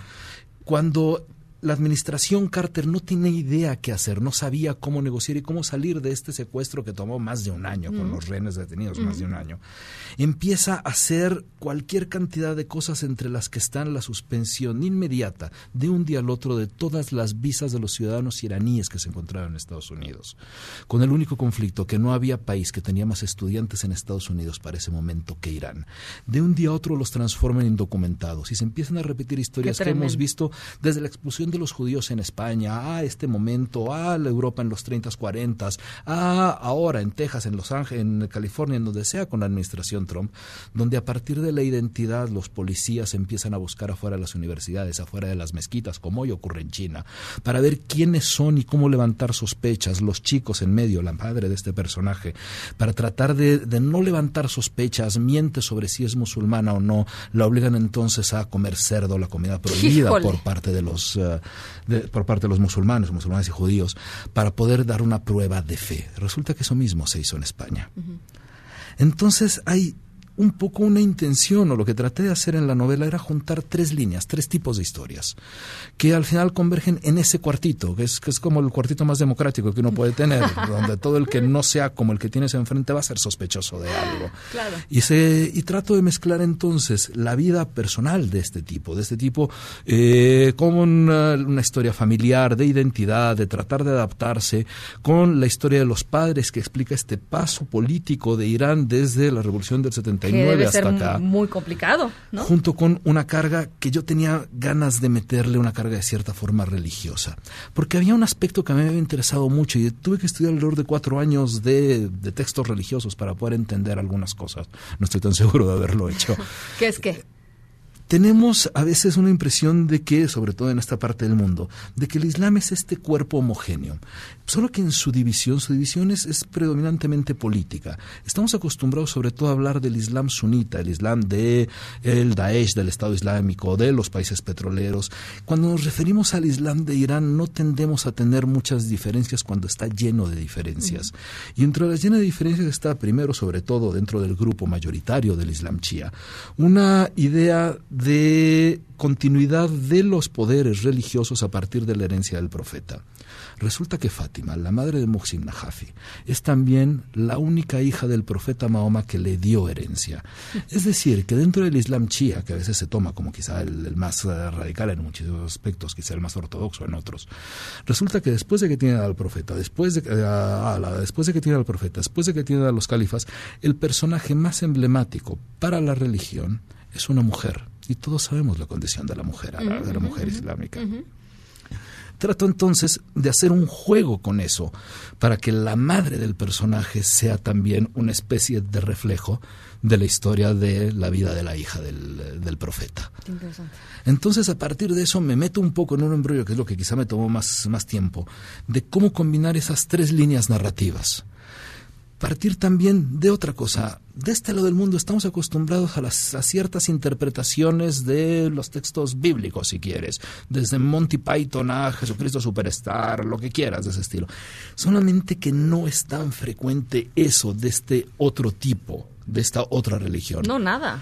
Cuando la administración Carter no tenía idea qué hacer, no sabía cómo negociar y cómo salir de este secuestro que tomó más de un año, mm. con los rehenes detenidos, mm. más de un año. Empieza a hacer cualquier cantidad de cosas, entre las que están la suspensión inmediata, de un día al otro, de todas las visas de los ciudadanos iraníes que se encontraban en Estados Unidos. Con el único conflicto, que no había país que tenía más estudiantes en Estados Unidos para ese momento que Irán. De un día a otro los transforman en indocumentados y se empiezan a repetir historias que hemos visto desde la expulsión de los judíos en España, a este momento, a la Europa en los treinta, cuarenta, a ahora en Texas, en Los Ángeles, en California, en donde sea, con la administración Trump, donde a partir de la identidad los policías empiezan a buscar afuera de las universidades, afuera de las mezquitas, como hoy ocurre en China, para ver quiénes son y cómo levantar sospechas, los chicos en medio, la madre de este personaje, para tratar de, de no levantar sospechas, miente sobre si es musulmana o no, la obligan entonces a comer cerdo, la comida prohibida Híjole. por parte de los uh, de, por parte de los musulmanes, musulmanes y judíos, para poder dar una prueba de fe. Resulta que eso mismo se hizo en España. Uh-huh. Entonces hay un poco una intención, o lo que traté de hacer en la novela era juntar tres líneas, tres tipos de historias, que al final convergen en ese cuartito, que es, que es como el cuartito más democrático que uno puede tener, donde todo el que no sea como el que tienes enfrente va a ser sospechoso de algo. Claro. Y, se, y trato de mezclar entonces la vida personal de este tipo, de este tipo eh, con una, una historia familiar, de identidad, de tratar de adaptarse, con la historia de los padres que explica este paso político de Irán desde la revolución del setenta y nueve que debe hasta ser acá, muy complicado, ¿no? Junto con una carga que yo tenía ganas de meterle, una carga de cierta forma religiosa, porque había un aspecto que a mí me había interesado mucho y tuve que estudiar alrededor de cuatro años de, de textos religiosos para poder entender algunas cosas. No estoy tan seguro de haberlo hecho. ¿Qué es qué? Tenemos a veces una impresión de que, sobre todo en esta parte del mundo, de que el Islam es este cuerpo homogéneo, solo que en su división, su división es, es predominantemente política. Estamos acostumbrados sobre todo a hablar del Islam sunita, el Islam de el Daesh, del Estado Islámico, de los países petroleros. Cuando nos referimos al Islam de Irán no tendemos a tener muchas diferencias cuando está lleno de diferencias. Uh-huh. Y entre las llenas de diferencias está primero, sobre todo dentro del grupo mayoritario del Islam Shia, una idea de continuidad de los poderes religiosos a partir de la herencia del profeta. Resulta que Fátima, la madre de Muhsin Najafi, es también la única hija del profeta Mahoma que le dio herencia. Es decir, que dentro del Islam Shia, que a veces se toma como quizá el, el más uh, radical en muchos aspectos, quizá el más ortodoxo en otros, resulta que después de que tiene al profeta, después de, uh, a la, después de que tiene al profeta, después de que tiene a los califas, el personaje más emblemático para la religión es una mujer. Y todos sabemos la condición de la mujer, uh-huh, de la mujer uh-huh, islámica. Uh-huh. Trato entonces de hacer un juego con eso, para que la madre del personaje sea también una especie de reflejo de la historia de la vida de la hija del, del profeta. Interesante. Entonces, a partir de eso, me meto un poco en un embrollo, que es lo que quizá me tomó más, más tiempo, de cómo combinar esas tres líneas narrativas. partir también de otra cosa. De este lado del mundo estamos acostumbrados a, las, a ciertas interpretaciones de los textos bíblicos, si quieres, desde Monty Python a Jesucristo Superstar, lo que quieras de ese estilo. Solamente que no es tan frecuente eso de este otro tipo, de esta otra religión. No, nada.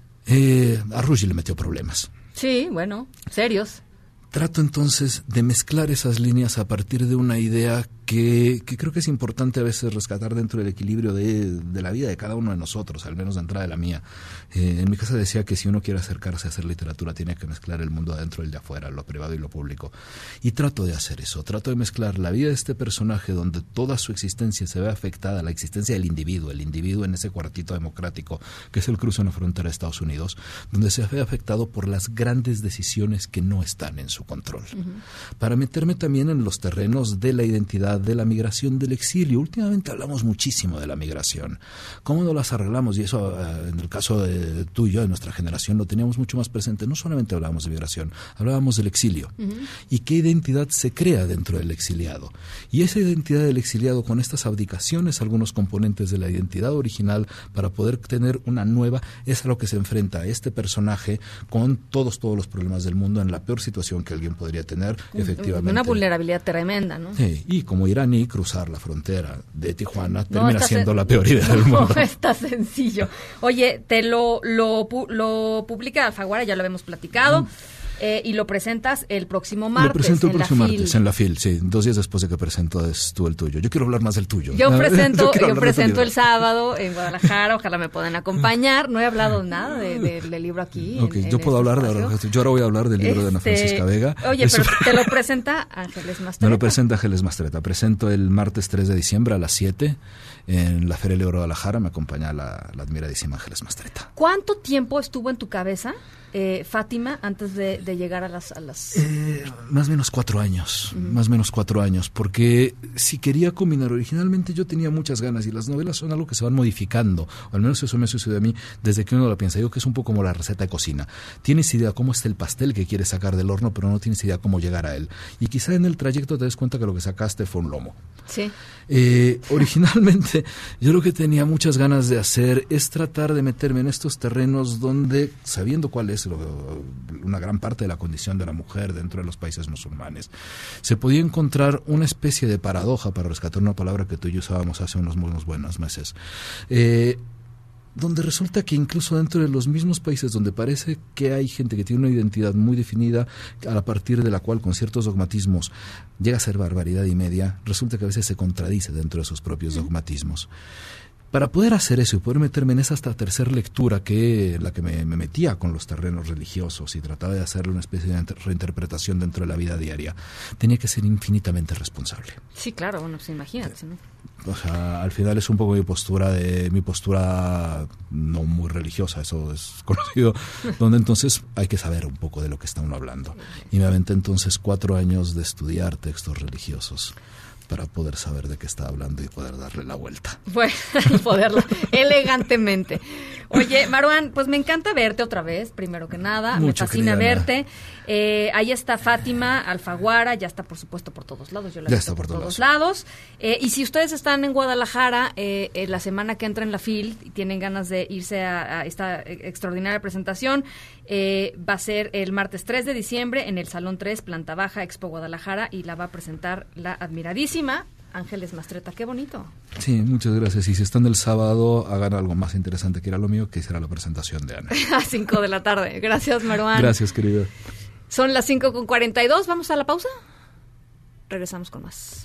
Eh, a Rushdie le metió problemas. Sí, bueno, serios. Trato entonces de mezclar esas líneas a partir de una idea que, que creo que es importante a veces rescatar dentro del equilibrio de, de la vida de cada uno de nosotros, al menos de entrada de la mía. Eh, en mi casa decía que si uno quiere acercarse a hacer literatura tiene que mezclar el mundo adentro y el de afuera, lo privado y lo público. Y trato de hacer eso, trato de mezclar la vida de este personaje donde toda su existencia se ve afectada, la existencia del individuo, el individuo en ese cuartito democrático que es el cruce en la frontera de Estados Unidos, donde se ve afectado por las grandes decisiones que no están en su control. Uh-huh. Para meterme también en los terrenos de la identidad, de la migración, del exilio. Últimamente hablamos muchísimo de la migración. ¿Cómo no las arreglamos? Y eso, uh, en el caso de tú y yo, de nuestra generación, lo teníamos mucho más presente. No solamente hablábamos de migración, hablábamos del exilio. Uh-huh. Y qué identidad se crea dentro del exiliado. Y esa identidad del exiliado, con estas abdicaciones, algunos componentes de la identidad original, para poder tener una nueva, es a lo que se enfrenta este personaje con todos, todos los problemas del mundo en la peor situación que alguien podría tener, efectivamente. Una vulnerabilidad tremenda, ¿no? Sí, y como iraní, cruzar la frontera de Tijuana termina no, siendo sen- la peor idea no, del mundo. No está sencillo. Oye, te lo, lo, lo publica Alfaguara, ya lo habíamos platicado. Mm. Eh, y lo presentas el próximo martes. Lo presento el próximo en martes en la F I L, sí, dos días después de que presento tú el tuyo. Yo quiero hablar más del tuyo. Yo presento, yo, yo presento el sábado en Guadalajara, ojalá me puedan acompañar. No he hablado nada del de, de libro aquí. Okay, en, yo en puedo este hablar, de, ahora, yo ahora voy a hablar del libro este, de Ana Francisca Vega. Oye, Eso. pero te lo presenta Ángeles Mastreta. Me lo presenta Ángeles Mastreta. Presento el martes tres de diciembre a las siete en la Feria del Libro de Guadalajara. Me acompaña la, la admiradísima Ángeles Mastreta. ¿Cuánto tiempo estuvo en tu cabeza Eh, Fátima, antes de, de llegar a las... A las... Eh, más o menos cuatro años, uh-huh. más o menos cuatro años, porque si quería combinar, originalmente yo tenía muchas ganas, y las novelas son algo que se van modificando, o al menos eso me sucedió a mí desde que uno lo piensa. Digo que es un poco como la receta de cocina. Tienes idea cómo está el pastel que quieres sacar del horno, pero no tienes idea cómo llegar a él. Y quizá en el trayecto te des cuenta que lo que sacaste fue un lomo. Sí. Eh, originalmente yo lo que tenía muchas ganas de hacer es tratar de meterme en estos terrenos donde, sabiendo cuál es lo, una gran parte de la condición de la mujer dentro de los países musulmanes, se podía encontrar una especie de paradoja, para rescatar una palabra que tú y yo usábamos hace unos, unos buenos meses, eh, donde resulta que incluso dentro de los mismos países donde parece que hay gente que tiene una identidad muy definida, a partir de la cual con ciertos dogmatismos llega a ser barbaridad y media, resulta que a veces se contradice dentro de sus propios dogmatismos. Para poder hacer eso y poder meterme en esa hasta tercera lectura, que la que me, me metía con los terrenos religiosos y trataba de hacerle una especie de reinterpretación dentro de la vida diaria, tenía que ser infinitamente responsable. Sí, claro, bueno, pues imagínate, ¿no? O sea, al final es un poco mi postura de mi postura no muy religiosa, eso es conocido, donde entonces hay que saber un poco de lo que está uno hablando. Y me aventé entonces cuatro años de estudiar textos religiosos para poder saber de qué está hablando y poder darle la vuelta. Bueno, poderlo elegantemente. Oye, Maruán, pues me encanta verte otra vez, primero que nada. Mucho, me fascina verte. Eh, ahí está Fátima Alfaguara, ya está por supuesto por todos lados. Yo la ya he está por, por todos lados. lados. Eh, y si ustedes están en Guadalajara, eh, eh, la semana que entra en la F I L y tienen ganas de irse a, a esta extraordinaria presentación, eh, va a ser el martes tres de diciembre en el Salón tres, Planta Baja, Expo Guadalajara, y la va a presentar la admiradísima Ángeles Mastreta. Qué bonito. Sí, muchas gracias. Y si están el sábado, hagan algo más interesante que era lo mío, que será la presentación de Ana. A cinco de la tarde. Gracias, Maruán. Gracias, querida. Son las cinco con cuarenta y dos. ¿Vamos a la pausa? Regresamos con más.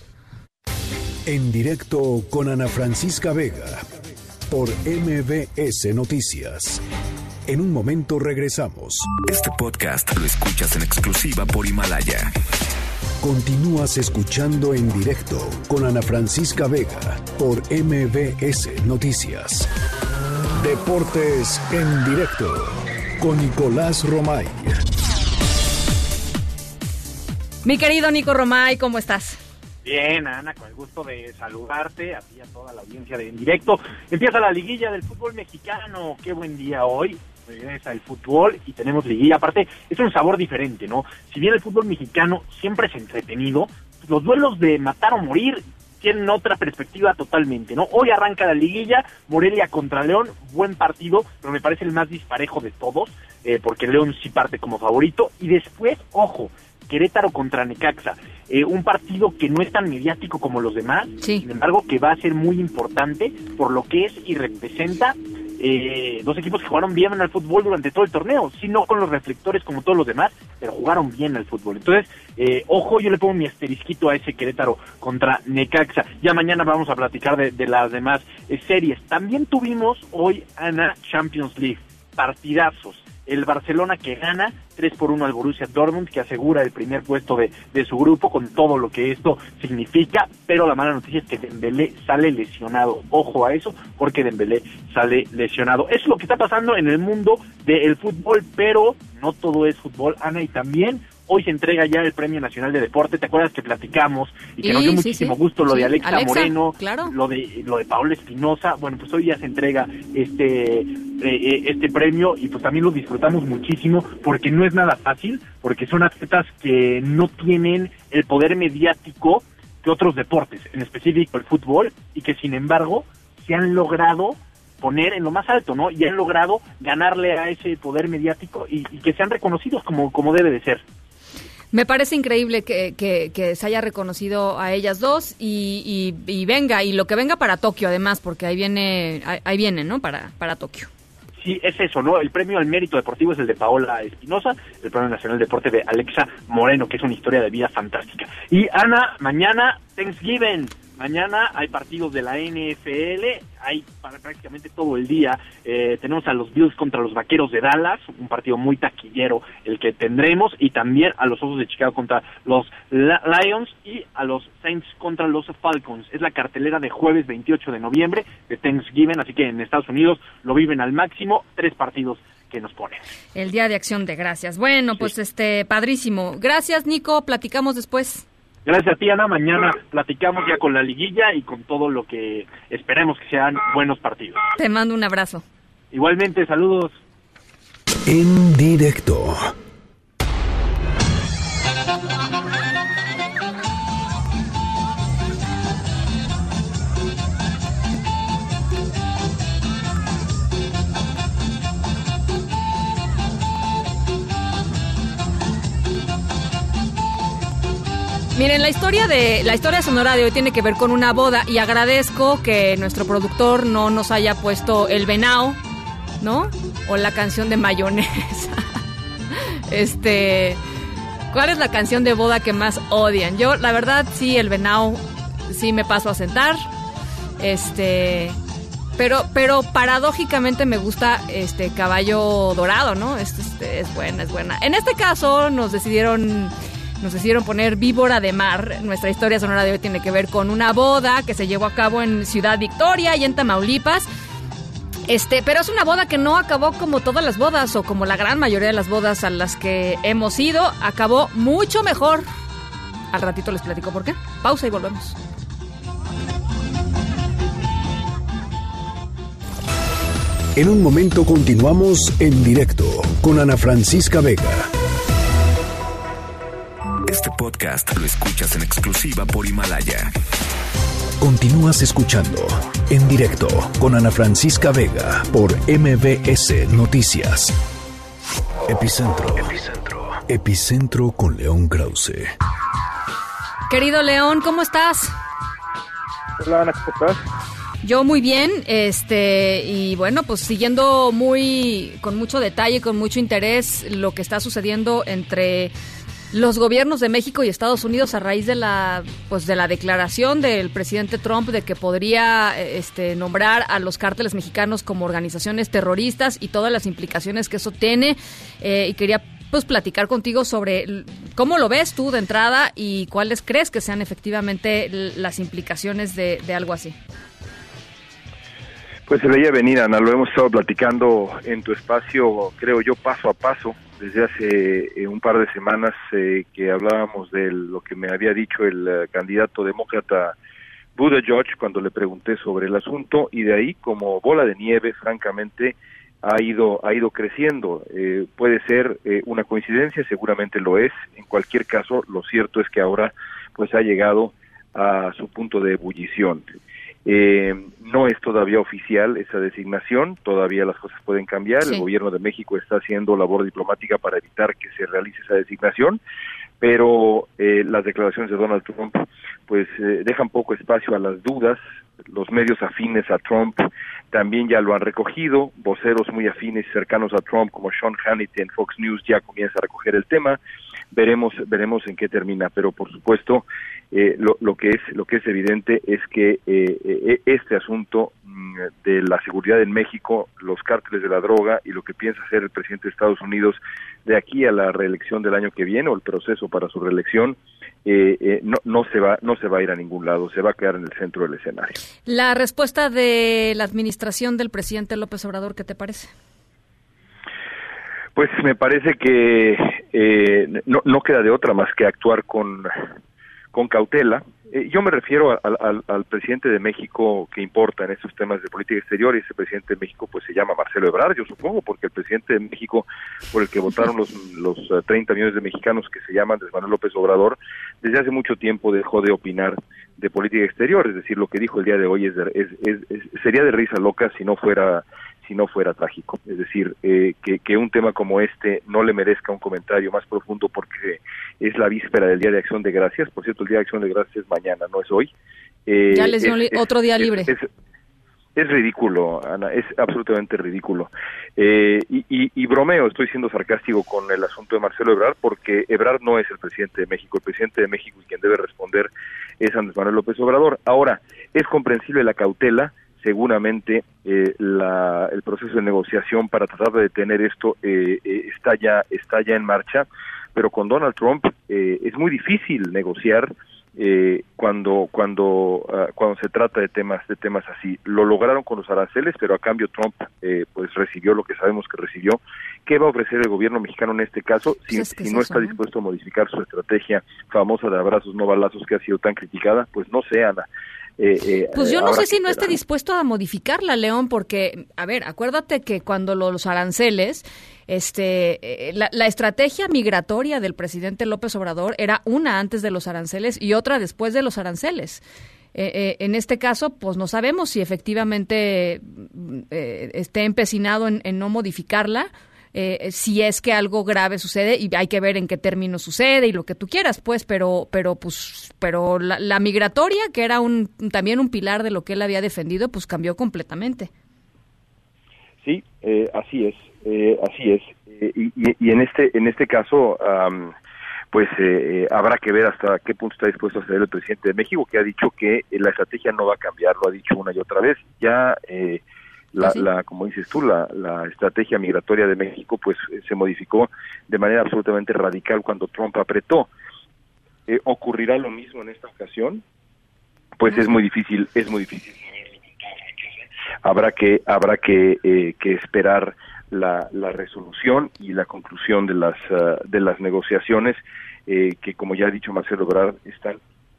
En directo con Ana Francisca Vega por M B S Noticias. En un momento regresamos. Este podcast lo escuchas en exclusiva por Himalaya. Continúas escuchando En Directo con Ana Francisca Vega por M B S Noticias. Deportes en directo con Nicolás Romay. Mi querido Nico Romay, ¿cómo estás? Bien, Ana, con el gusto de saludarte, a ti y a toda la audiencia de En Directo. Empieza la liguilla del fútbol mexicano. Qué buen día hoy. Regresa el fútbol y tenemos liguilla. Aparte, es un sabor diferente, ¿no? Si bien el fútbol mexicano siempre es entretenido, los duelos de matar o morir tienen otra perspectiva totalmente, ¿no? Hoy arranca la liguilla, Morelia contra León, buen partido, pero me parece el más disparejo de todos, eh, porque León sí parte como favorito, y después, ojo, Querétaro contra Necaxa, eh, un partido que no es tan mediático como los demás, sí. Sin embargo que va a ser muy importante por lo que es y representa eh, dos equipos que jugaron bien al fútbol durante todo el torneo, sí, no con los reflectores como todos los demás, pero jugaron bien al fútbol. Entonces, eh, ojo, yo le pongo mi asterisquito a ese Querétaro contra Necaxa. Ya mañana vamos a platicar de, de las demás eh, series. También tuvimos hoy, Ana, Champions League, partidazos. El Barcelona que gana tres por uno al Borussia Dortmund, que asegura el primer puesto de, de su grupo, con todo lo que esto significa, pero la mala noticia es que Dembélé sale lesionado. Ojo a eso, porque Dembélé sale lesionado. Eso es lo que está pasando en el mundo del fútbol, pero no todo es fútbol, Ana, y también hoy se entrega ya el Premio Nacional de Deporte. ¿Te acuerdas que platicamos y que sí, nos dio muchísimo sí, sí. gusto lo sí, de Alexa, Alexa Moreno, claro. lo de lo de Paola Espinosa? Bueno, pues hoy ya se entrega este eh, este premio y pues también lo disfrutamos muchísimo porque no es nada fácil, porque son atletas que no tienen el poder mediático que otros deportes, en específico el fútbol, y que sin embargo se han logrado poner en lo más alto, ¿no? Y han logrado ganarle a ese poder mediático y, y que sean reconocidos como, como debe de ser. Me parece increíble que, que, que se haya reconocido a ellas dos y, y, y venga, y lo que venga para Tokio además, porque ahí viene, ahí, ahí viene, ¿no? Para, para Tokio. Sí, es eso, ¿no? El premio al mérito deportivo es el de Paola Espinosa, el premio nacional de deporte de Alexa Moreno, que es una historia de vida fantástica. Y Ana, mañana Thanksgiving. Mañana hay partidos de la N F L, hay para prácticamente todo el día. Eh, tenemos a los Bills contra los Vaqueros de Dallas, un partido muy taquillero el que tendremos, y también a los Osos de Chicago contra los Lions y a los Saints contra los Falcons. Es la cartelera de jueves veintiocho de noviembre de Thanksgiving, así que en Estados Unidos lo viven al máximo, tres partidos que nos ponen. El Día de Acción de Gracias. Bueno, sí. pues este padrísimo. Gracias, Nico, platicamos después. Gracias a ti, Ana. Mañana platicamos ya con la liguilla y con todo lo que esperemos que sean buenos partidos. Te mando un abrazo. Igualmente, saludos. En directo. Miren, la historia de la historia sonora de hoy tiene que ver con una boda y agradezco que nuestro productor no nos haya puesto el venao, ¿no? O la canción de mayonesa. Este, ¿cuál es la canción de boda que más odian? Yo, la verdad, sí, el venao, sí me paso a sentar. Este, pero, pero paradójicamente me gusta este Caballo Dorado, ¿no? Este, este es buena, es buena. En este caso nos decidieron Nos decidieron poner Víbora de Mar. Nuestra historia sonora de hoy tiene que ver con una boda que se llevó a cabo en Ciudad Victoria y en Tamaulipas. Este, pero es una boda que no acabó como todas las bodas o como la gran mayoría de las bodas a las que hemos ido. Acabó mucho mejor. Al ratito les platico por qué. Pausa y volvemos. En un momento continuamos en directo con Ana Francisca Vega. Este podcast lo escuchas en exclusiva por Himalaya. Continúas escuchando En Directo con Ana Francisca Vega por M B S Noticias. Epicentro. Epicentro. Epicentro con León Krause. Querido León, ¿cómo estás? Hola, Ana, ¿cómo estás? Yo muy bien, este, y bueno, pues siguiendo muy, con mucho detalle, con mucho interés lo que está sucediendo entre los gobiernos de México y Estados Unidos a raíz de la, pues de la declaración del presidente Trump de que podría, este, nombrar a los cárteles mexicanos como organizaciones terroristas y todas las implicaciones que eso tiene, eh, y quería pues platicar contigo sobre cómo lo ves tú de entrada y cuáles crees que sean efectivamente las implicaciones de, de algo así. Pues se veía venir, Ana, lo hemos estado platicando en tu espacio, creo yo, paso a paso, desde hace eh, un par de semanas eh, que hablábamos de lo que me había dicho el uh, candidato demócrata Buttigieg cuando le pregunté sobre el asunto, y de ahí, como bola de nieve, francamente, ha ido ha ido creciendo. Eh, puede ser eh, una coincidencia, seguramente lo es. En cualquier caso, lo cierto es que ahora pues ha llegado a su punto de ebullición. Eh, no es todavía oficial esa designación, todavía las cosas pueden cambiar, sí. El gobierno de México está haciendo labor diplomática para evitar que se realice esa designación, pero eh, las declaraciones de Donald Trump pues eh, dejan poco espacio a las dudas. Los medios afines a Trump también ya lo han recogido, voceros muy afines y cercanos a Trump como Sean Hannity en Fox News ya comienza a recoger el tema. Veremos veremos en qué termina, pero por supuesto eh, lo, lo que es lo que es evidente es que eh, eh, este asunto mm, de la seguridad en México, los cárteles de la droga y lo que piensa hacer el presidente de Estados Unidos de aquí a la reelección del año que viene o el proceso para su reelección eh, eh, no no se va no se va a ir a ningún lado, se va a quedar en el centro del escenario. La respuesta de la administración del presidente López Obrador, ¿qué te parece? Pues me parece que eh, no, no queda de otra más que actuar con, con cautela. Eh, yo me refiero a, a, al, al presidente de México que importa en estos temas de política exterior, y ese presidente de México pues se llama Marcelo Ebrard, yo supongo, porque el presidente de México por el que votaron los, los uh, treinta millones de mexicanos que se llaman Andrés Manuel López Obrador, desde hace mucho tiempo dejó de opinar de política exterior, es decir, lo que dijo el día de hoy es, de, es, es, es sería de risa loca si no fuera si no fuera trágico, es decir, eh, que, que un tema como este no le merezca un comentario más profundo porque es la víspera del Día de Acción de Gracias. Por cierto, el Día de Acción de Gracias es mañana, no es hoy. Eh, ya les dio es, otro día es, libre. Es, es, es ridículo, Ana, es absolutamente ridículo. Eh, y, y, y bromeo, estoy siendo sarcástico con el asunto de Marcelo Ebrard, porque Ebrard no es el presidente de México. El presidente de México y quien debe responder es Andrés Manuel López Obrador. Ahora, es comprensible la cautela. Seguramente eh, la, el proceso de negociación para tratar de detener esto eh, eh, está ya está ya en marcha, pero con Donald Trump eh, es muy difícil negociar eh, cuando cuando uh, cuando se trata de temas de temas así. Lo lograron con los aranceles, pero a cambio Trump eh, pues recibió lo que sabemos que recibió. ¿Qué va a ofrecer el gobierno mexicano en este caso si, pues es que si no es está eso, dispuesto ¿no? a modificar su estrategia famosa de abrazos no balazos que ha sido tan criticada? Pues no sé, Ana. Eh, eh, pues yo no sé si no será. esté dispuesto a modificarla, León, porque, a ver, acuérdate que cuando los aranceles, este, eh, la, la estrategia migratoria del presidente López Obrador era una antes de los aranceles y otra después de los aranceles. Eh, eh, en este caso, pues no sabemos si efectivamente eh, esté empecinado en, en no modificarla. Eh, si es que algo grave sucede y hay que ver en qué términos sucede y lo que tú quieras, pues, pero, pero, pues, pero la, la migratoria, que era un también un pilar de lo que él había defendido, pues cambió completamente. Sí, eh, así es, eh, así es, eh, y, y, y en este en este caso, um, pues eh, habrá que ver hasta qué punto está dispuesto a hacer el presidente de México, que ha dicho que la estrategia no va a cambiar, lo ha dicho una y otra vez, ya. Eh, La, ¿Sí? la, como dices tú, la, la estrategia migratoria de México pues se modificó de manera absolutamente radical cuando Trump apretó. Eh, ¿Ocurrirá lo mismo en esta ocasión? Pues es muy difícil, es muy difícil. Habrá que, habrá que, eh, que esperar la, la resolución y la conclusión de las, uh, de las negociaciones eh, que, como ya ha dicho Marcelo Ebrard, están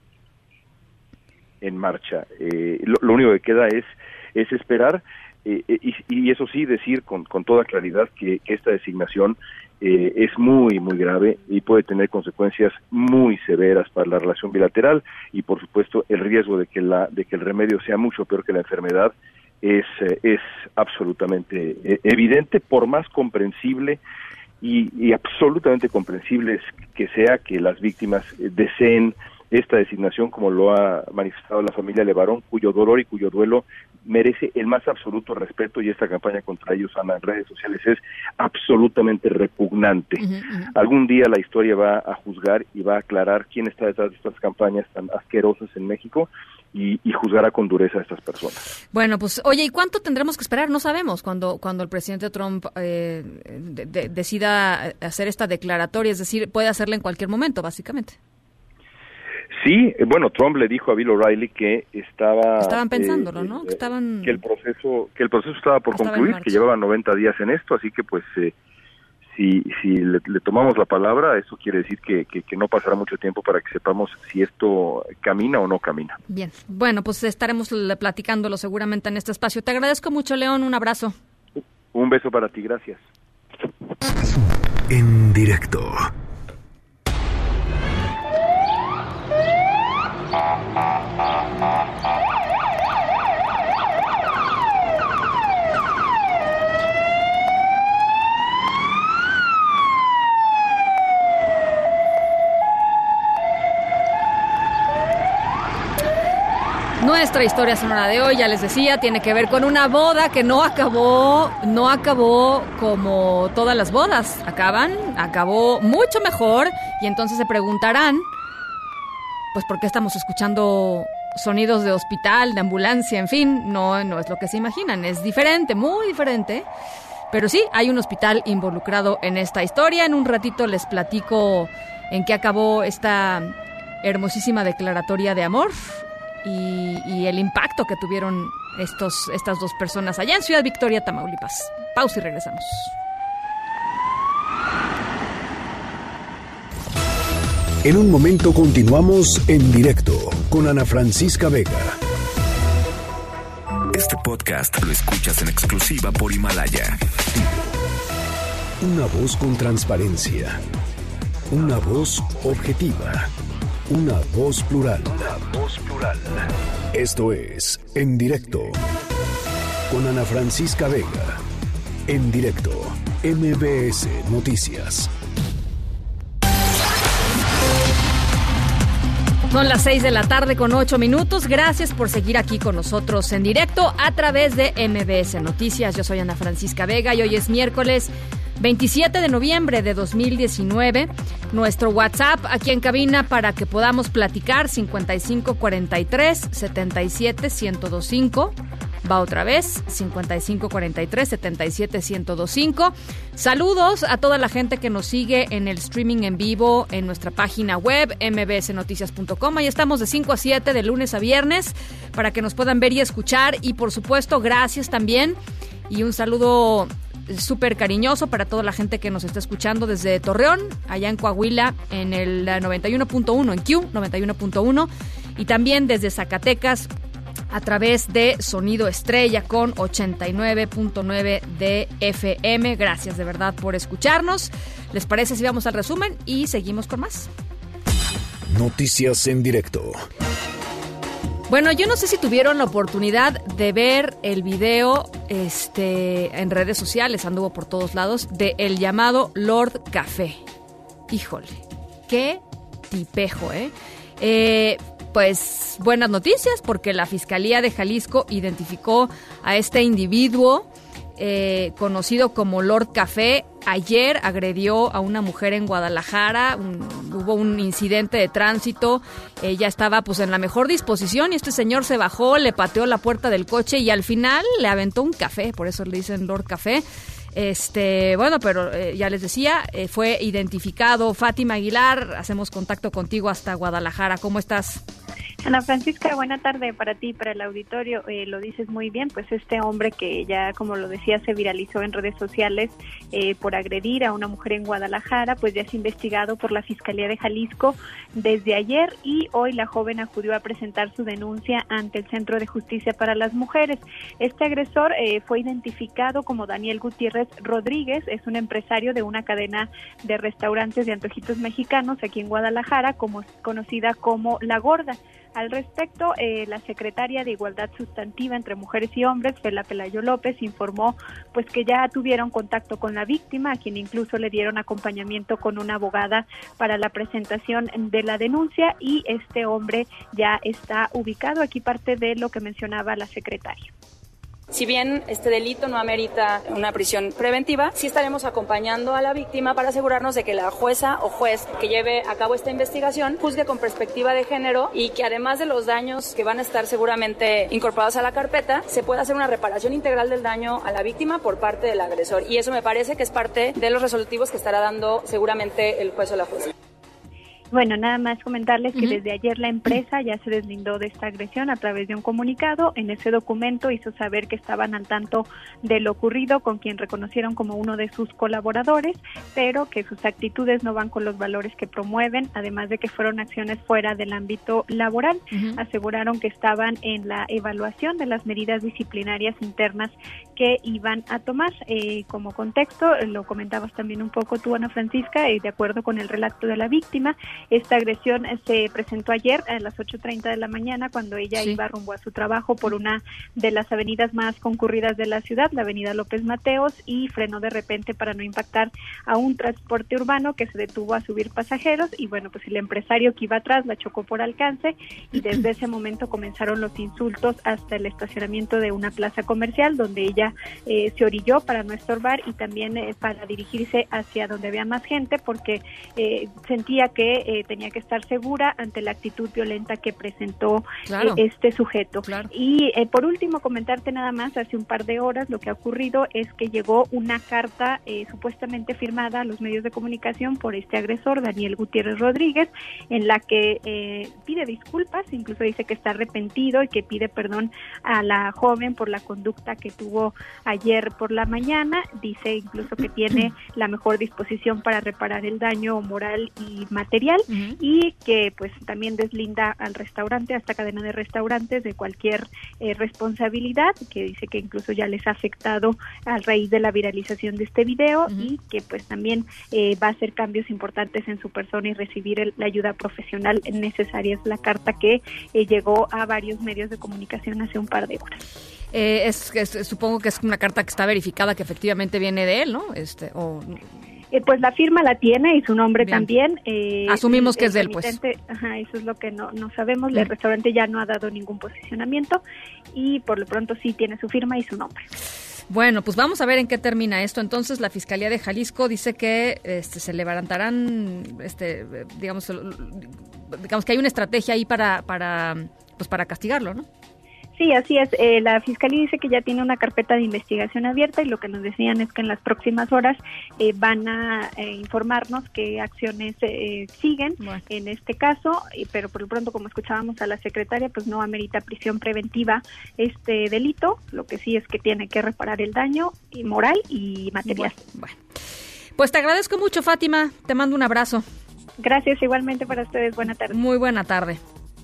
en marcha. Eh, lo, lo único que queda es, es esperar. Eh, y, y eso sí, decir con, con toda claridad que, que esta designación eh, es muy, muy grave y puede tener consecuencias muy severas para la relación bilateral y, por supuesto, el riesgo de que, la, de que el remedio sea mucho peor que la enfermedad es, eh, es absolutamente eh, evidente, por más comprensible y, y absolutamente comprensible que sea que las víctimas eh, deseen esta designación, como lo ha manifestado la familia Levarón, cuyo dolor y cuyo duelo merece el más absoluto respeto, y esta campaña contra ellos, Ana, en redes sociales es absolutamente repugnante. Uh-huh, uh-huh. Algún día la historia va a juzgar y va a aclarar quién está detrás de estas campañas tan asquerosas en México y, y juzgará con dureza a estas personas. Bueno, pues, oye, ¿y cuánto tendremos que esperar? No sabemos cuando, cuando el presidente Trump eh, de, de, decida hacer esta declaratoria, es decir, puede hacerla en cualquier momento, básicamente. Sí, bueno, Trump le dijo a Bill O'Reilly que estaba estaban pensándolo, eh, ¿no? Que estaban que el proceso que el proceso estaba por estaba concluir, que llevaban noventa días en esto, así que pues eh, si si le, le tomamos la palabra, eso quiere decir que, que que no pasará mucho tiempo para que sepamos si esto camina o no camina. Bien, bueno, pues estaremos platicándolo seguramente en este espacio. Te agradezco mucho, León, un abrazo. Un beso para ti, gracias. En directo. Nuestra historia sonora de hoy, ya les decía, tiene que ver con una boda que no acabó, no acabó como todas las bodas. Acaban, acabó mucho mejor, y entonces se preguntarán, pues, ¿por qué estamos escuchando sonidos de hospital, de ambulancia? En fin, no, no es lo que se imaginan, es diferente, muy diferente. Pero sí, hay un hospital involucrado en esta historia. En un ratito les platico en qué acabó esta hermosísima declaratoria de amor. Y, y el impacto que tuvieron estos, estas dos personas allá en Ciudad Victoria, Tamaulipas. Pausa y regresamos. En un momento continuamos en directo con Ana Francisca Vega. Este podcast lo escuchas en exclusiva por Himalaya. Una voz con transparencia. Una voz objetiva. Una voz plural. Una voz plural. Esto es En Directo con Ana Francisca Vega. En directo, M B S Noticias. Son las seis de la tarde con ocho minutos. Gracias por seguir aquí con nosotros en directo a través de M B S Noticias. Yo soy Ana Francisca Vega y hoy es miércoles veintisiete de noviembre de dos mil diecinueve. Nuestro WhatsApp aquí en cabina para que podamos platicar, cincuenta y cinco cuarenta y tres setenta y siete ciento veinticinco. Va otra vez, cincuenta y cinco cuarenta y tres setenta y siete ciento veinticinco. Saludos a toda la gente que nos sigue en el streaming en vivo en nuestra página web, m b s noticias punto com. Ahí estamos de cinco a siete, de lunes a viernes, para que nos puedan ver y escuchar. Y por supuesto, gracias también. Y un saludo súper cariñoso para toda la gente que nos está escuchando desde Torreón, allá en Coahuila, en el noventa y uno punto uno, en Q noventa y uno punto uno, y también desde Zacatecas a través de Sonido Estrella con ochenta y nueve punto nueve de F M. Gracias de verdad por escucharnos. ¿Les parece si vamos al resumen y seguimos con más? Noticias en directo. Bueno, yo no sé si tuvieron la oportunidad de ver el video este, en redes sociales, anduvo por todos lados, de el llamado Lord Café. Híjole, qué tipejo, ¿eh? Eh, pues buenas noticias, porque la Fiscalía de Jalisco identificó a este individuo eh, conocido como Lord Café. Ayer agredió a una mujer en Guadalajara, un, hubo un incidente de tránsito, ella estaba pues en la mejor disposición y este señor se bajó, le pateó la puerta del coche y al final le aventó un café, por eso le dicen Lord Café. Este, bueno, pero eh, ya les decía, eh, fue identificado. Fátima Aguilar, hacemos contacto contigo hasta Guadalajara. ¿Cómo estás? Ana Francisca, buena tarde para ti y para el auditorio. Eh, lo dices muy bien, pues este hombre que ya, como lo decía, se viralizó en redes sociales eh, por agredir a una mujer en Guadalajara, pues ya es investigado por la Fiscalía de Jalisco desde ayer y hoy la joven acudió a presentar su denuncia ante el Centro de Justicia para las Mujeres. Este agresor eh, fue identificado como Daniel Gutiérrez Rodríguez, es un empresario de una cadena de restaurantes de antojitos mexicanos aquí en Guadalajara, como conocida como La Gorda. Al respecto, eh, la secretaria de Igualdad Sustantiva entre Mujeres y Hombres, Fela Pelayo López, informó pues que ya tuvieron contacto con la víctima, a quien incluso le dieron acompañamiento con una abogada para la presentación de la denuncia y este hombre ya está ubicado. Aquí parte de lo que mencionaba la secretaria. Si bien este delito no amerita una prisión preventiva, sí estaremos acompañando a la víctima para asegurarnos de que la jueza o juez que lleve a cabo esta investigación juzgue con perspectiva de género y que además de los daños que van a estar seguramente incorporados a la carpeta, se pueda hacer una reparación integral del daño a la víctima por parte del agresor. Y eso me parece que es parte de los resolutivos que estará dando seguramente el juez o la jueza. Bueno, nada más comentarles que uh-huh. desde ayer la empresa ya se deslindó de esta agresión a través de un comunicado. En ese documento hizo saber que estaban al tanto de lo ocurrido con quien reconocieron como uno de sus colaboradores, pero que sus actitudes no van con los valores que promueven, además de que fueron acciones fuera del ámbito laboral. Uh-huh. Aseguraron que estaban en la evaluación de las medidas disciplinarias internas que iban a tomar. Eh, como contexto, lo comentabas también un poco tú, Ana Francisca, eh, de acuerdo con el relato de la víctima, Esta agresión se presentó ayer a las ocho treinta de la mañana cuando ella sí. iba rumbo a su trabajo por una de las avenidas más concurridas de la ciudad, la avenida López Mateos, y frenó de repente para no impactar a un transporte urbano que se detuvo a subir pasajeros y bueno, pues el empresario que iba atrás la chocó por alcance y desde ese momento comenzaron los insultos hasta el estacionamiento de una plaza comercial donde ella eh, se orilló para no estorbar y también eh, para dirigirse hacia donde había más gente porque eh, sentía que eh, tenía que estar segura ante la actitud violenta que presentó claro. eh, este sujeto. Claro. Y eh, por último comentarte nada más, hace un par de horas lo que ha ocurrido es que llegó una carta eh, supuestamente firmada a los medios de comunicación por este agresor, Daniel Gutiérrez Rodríguez, en la que eh, pide disculpas, incluso dice que está arrepentido y que pide perdón a la joven por la conducta que tuvo ayer por la mañana, dice incluso que tiene la mejor disposición para reparar el daño moral y material uh-huh. y que pues también deslinda al restaurante, a esta cadena de restaurantes de cualquier eh, responsabilidad, que dice que incluso ya les ha afectado a raíz de la viralización de este video uh-huh. y que pues también eh, va a hacer cambios importantes en su persona y recibir el, la ayuda profesional necesaria. Es la carta que eh, llegó a varios medios de comunicación hace un par de horas. Eh, es, es, supongo que es una carta que está verificada que efectivamente viene de él, ¿no? Este, o... Eh, pues la firma la tiene y su nombre Bien. también. Eh, Asumimos que es de él, pues. Ajá, eso es lo que no, no sabemos. Bien. El restaurante ya no ha dado ningún posicionamiento y por lo pronto sí tiene su firma y su nombre. Bueno, pues vamos a ver en qué termina esto. Entonces, la Fiscalía de Jalisco dice que este, se levantarán, este, digamos, digamos que hay una estrategia ahí para, para, pues para castigarlo, ¿no? Sí, así es. Eh, la Fiscalía dice que ya tiene una carpeta de investigación abierta y lo que nos decían es que en las próximas horas eh, van a eh, informarnos qué acciones eh, siguen bueno. en este caso, pero por lo pronto, como escuchábamos a la secretaria, pues no amerita prisión preventiva este delito. Lo que sí es que tiene que reparar el daño y moral y material. Bueno, bueno. Pues te agradezco mucho, Fátima. Te mando un abrazo. Gracias, igualmente para ustedes. Buena tarde. Muy buena tarde.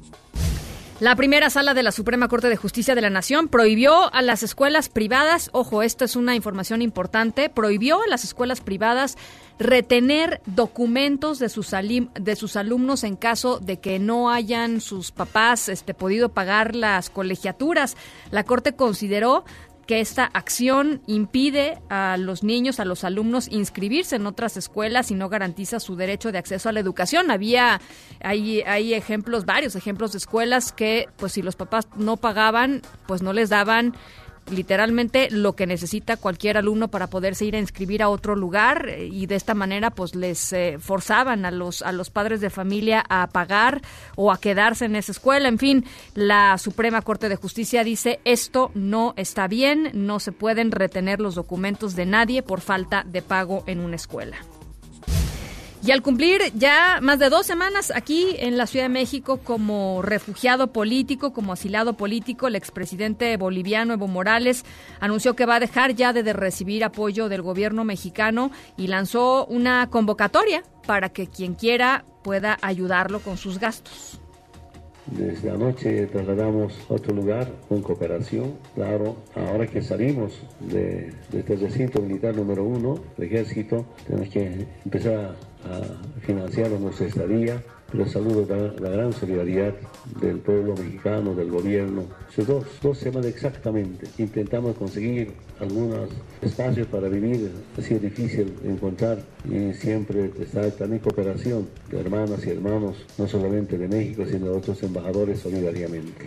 La primera sala de la Suprema Corte de Justicia de la Nación prohibió a las escuelas privadas, ojo, esto es una información importante, prohibió a las escuelas privadas retener documentos de sus, alim- de sus alumnos en caso de que no hayan sus papás este, podido pagar las colegiaturas. La Corte consideró que esta acción impide a los niños, a los alumnos, inscribirse en otras escuelas y no garantiza su derecho de acceso a la educación. Había, hay, hay ejemplos, varios ejemplos de escuelas que, pues si los papás no pagaban, pues no les daban literalmente lo que necesita cualquier alumno para poderse ir a inscribir a otro lugar y de esta manera pues les eh, forzaban a los a los padres de familia a pagar o a quedarse en esa escuela. En fin, la Suprema Corte de Justicia dice esto no está bien, no se pueden retener los documentos de nadie por falta de pago en una escuela. Y al cumplir ya más de dos semanas aquí en la Ciudad de México como refugiado político, como asilado político, el expresidente boliviano Evo Morales anunció que va a dejar ya de recibir apoyo del gobierno mexicano y lanzó una convocatoria para que quien quiera pueda ayudarlo con sus gastos. Desde anoche trasladamos a otro lugar con cooperación. Claro, ahora que salimos de, de este recinto militar número uno, el ejército, tenemos que empezar a financiar nuestra estadía. Pero saludo la, la gran solidaridad del pueblo mexicano, del gobierno. Hace dos, dos semanas exactamente intentamos conseguir algunos espacios para vivir. Ha sido difícil encontrar y siempre está también cooperación de hermanas y hermanos, no solamente de México, sino de otros embajadores solidariamente.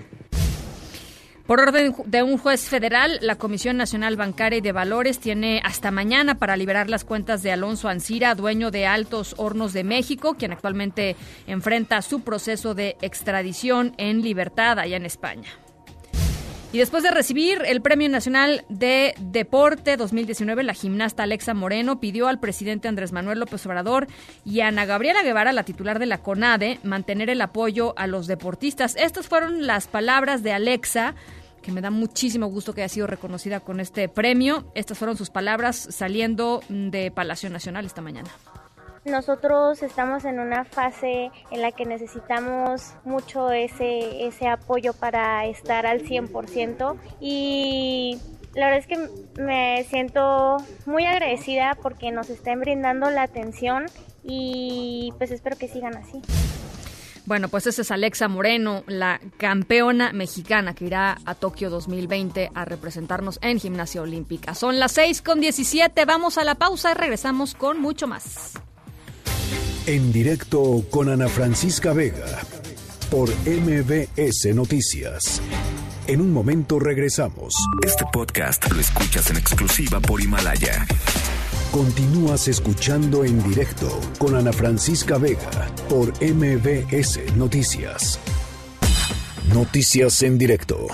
Por orden de un juez federal, la Comisión Nacional Bancaria y de Valores tiene hasta mañana para liberar las cuentas de Alonso Ancira, dueño de Altos Hornos de México, quien actualmente enfrenta su proceso de extradición en libertad allá en España. Y después de recibir el Premio Nacional de Deporte dos mil diecinueve, la gimnasta Alexa Moreno pidió al presidente Andrés Manuel López Obrador y a Ana Gabriela Guevara, la titular de la CONADE, mantener el apoyo a los deportistas. Estas fueron las palabras de Alexa, que me da muchísimo gusto que haya sido reconocida con este premio. Estas fueron sus palabras saliendo de Palacio Nacional esta mañana. Nosotros estamos en una fase en la que necesitamos mucho ese, ese apoyo para estar al cien por ciento y La verdad es que me siento muy agradecida porque nos estén brindando la atención y pues espero que sigan así. Bueno, pues esa es Alexa Moreno, la campeona mexicana que irá a Tokio dos mil veinte a representarnos en gimnasia olímpica. Son las seis con diecisiete, vamos a la pausa y regresamos con mucho más. En directo con Ana Francisca Vega, por M B S Noticias. En un momento regresamos. Este podcast lo escuchas en exclusiva por Himalaya. Continúas escuchando en directo con Ana Francisca Vega por M B S Noticias. Noticias en directo.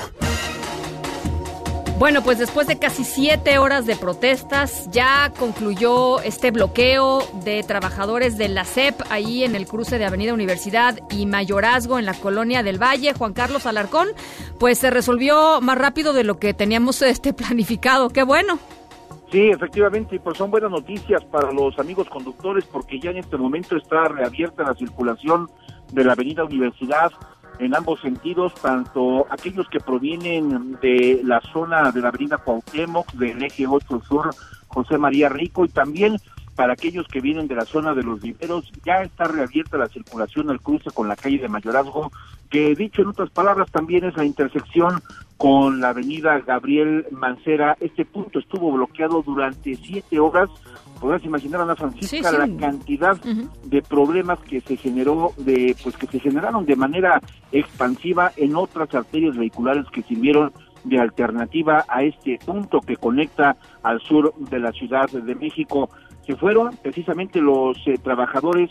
Bueno, pues después de casi siete horas de protestas, ya concluyó este bloqueo de trabajadores de la S E P ahí en el cruce de Avenida Universidad y Mayorazgo en la Colonia del Valle. Juan Carlos Alarcón, pues se resolvió más rápido de lo que teníamos este planificado. ¡Qué bueno! Sí, efectivamente, pues son buenas noticias para los amigos conductores porque ya en este momento está reabierta la circulación de la Avenida Universidad en ambos sentidos, tanto aquellos que provienen de la zona de la Avenida Cuauhtémoc, del eje ocho Sur, José María Rico, y también para aquellos que vienen de la zona de los Viveros. Ya está reabierta la circulación al cruce con la calle de Mayorazgo, que dicho en otras palabras también es la intersección con la avenida Gabriel Mancera. Este punto estuvo bloqueado durante siete horas. Podrás imaginar, Ana Francisca, sí, sí. la cantidad uh-huh. de problemas que se generó, de pues que se generaron de manera expansiva en otras arterias vehiculares que sirvieron de alternativa a este punto que conecta al sur de la Ciudad de México. Se fueron precisamente los eh, trabajadores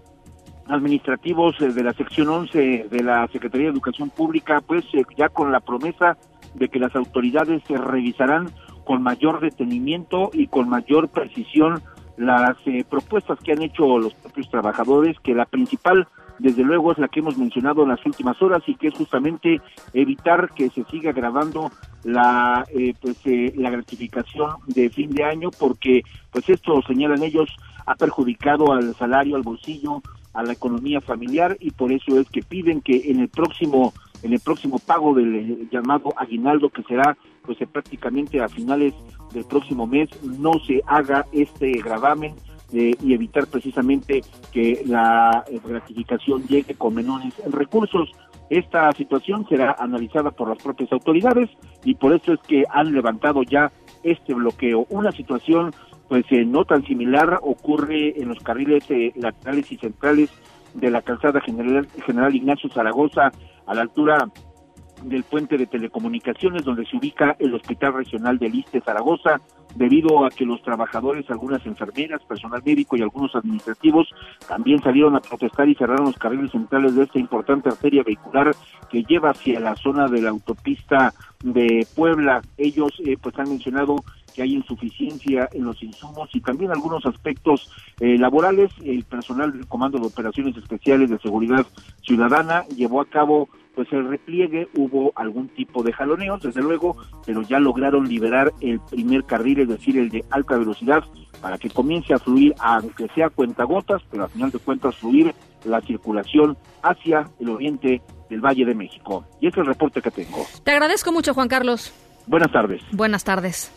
administrativos eh, de la sección once de la Secretaría de Educación Pública, pues eh, ya con la promesa de que las autoridades eh, revisarán con mayor detenimiento y con mayor precisión las eh, propuestas que han hecho los propios trabajadores, que la principal, desde luego, es la que hemos mencionado en las últimas horas y que es justamente evitar que se siga agravando la eh, pues eh, la gratificación de fin de año, porque pues esto, señalan ellos, ha perjudicado al salario, al bolsillo, a la economía familiar, y por eso es que piden que en el próximo en el próximo pago del eh, llamado aguinaldo, que será pues eh, prácticamente a finales del próximo mes, no se haga este gravamen eh, y evitar precisamente que la eh, gratificación llegue con menores recursos. Esta situación será analizada por las propias autoridades y por eso es que han levantado ya este bloqueo. Una situación pues eh, no tan similar ocurre en los carriles eh, laterales y centrales de la calzada General, General Ignacio Zaragoza, a la altura del puente de telecomunicaciones, donde se ubica el Hospital Regional del Iste Zaragoza, debido a que los trabajadores, algunas enfermeras, personal médico y algunos administrativos también salieron a protestar y cerraron los carriles centrales de esta importante arteria vehicular que lleva hacia la zona de la autopista de Puebla. Ellos eh, pues han mencionado que hay insuficiencia en los insumos y también algunos aspectos eh, laborales. El personal del Comando de Operaciones Especiales de Seguridad Ciudadana llevó a cabo pues el repliegue, hubo algún tipo de jaloneos, desde luego, pero ya lograron liberar el primer carril, es decir, el de alta velocidad, para que comience a fluir, aunque sea cuentagotas, pero al final de cuentas fluir la circulación hacia el oriente del Valle de México. Y ese es el reporte que tengo. Te agradezco mucho, Juan Carlos. Buenas tardes. Buenas tardes.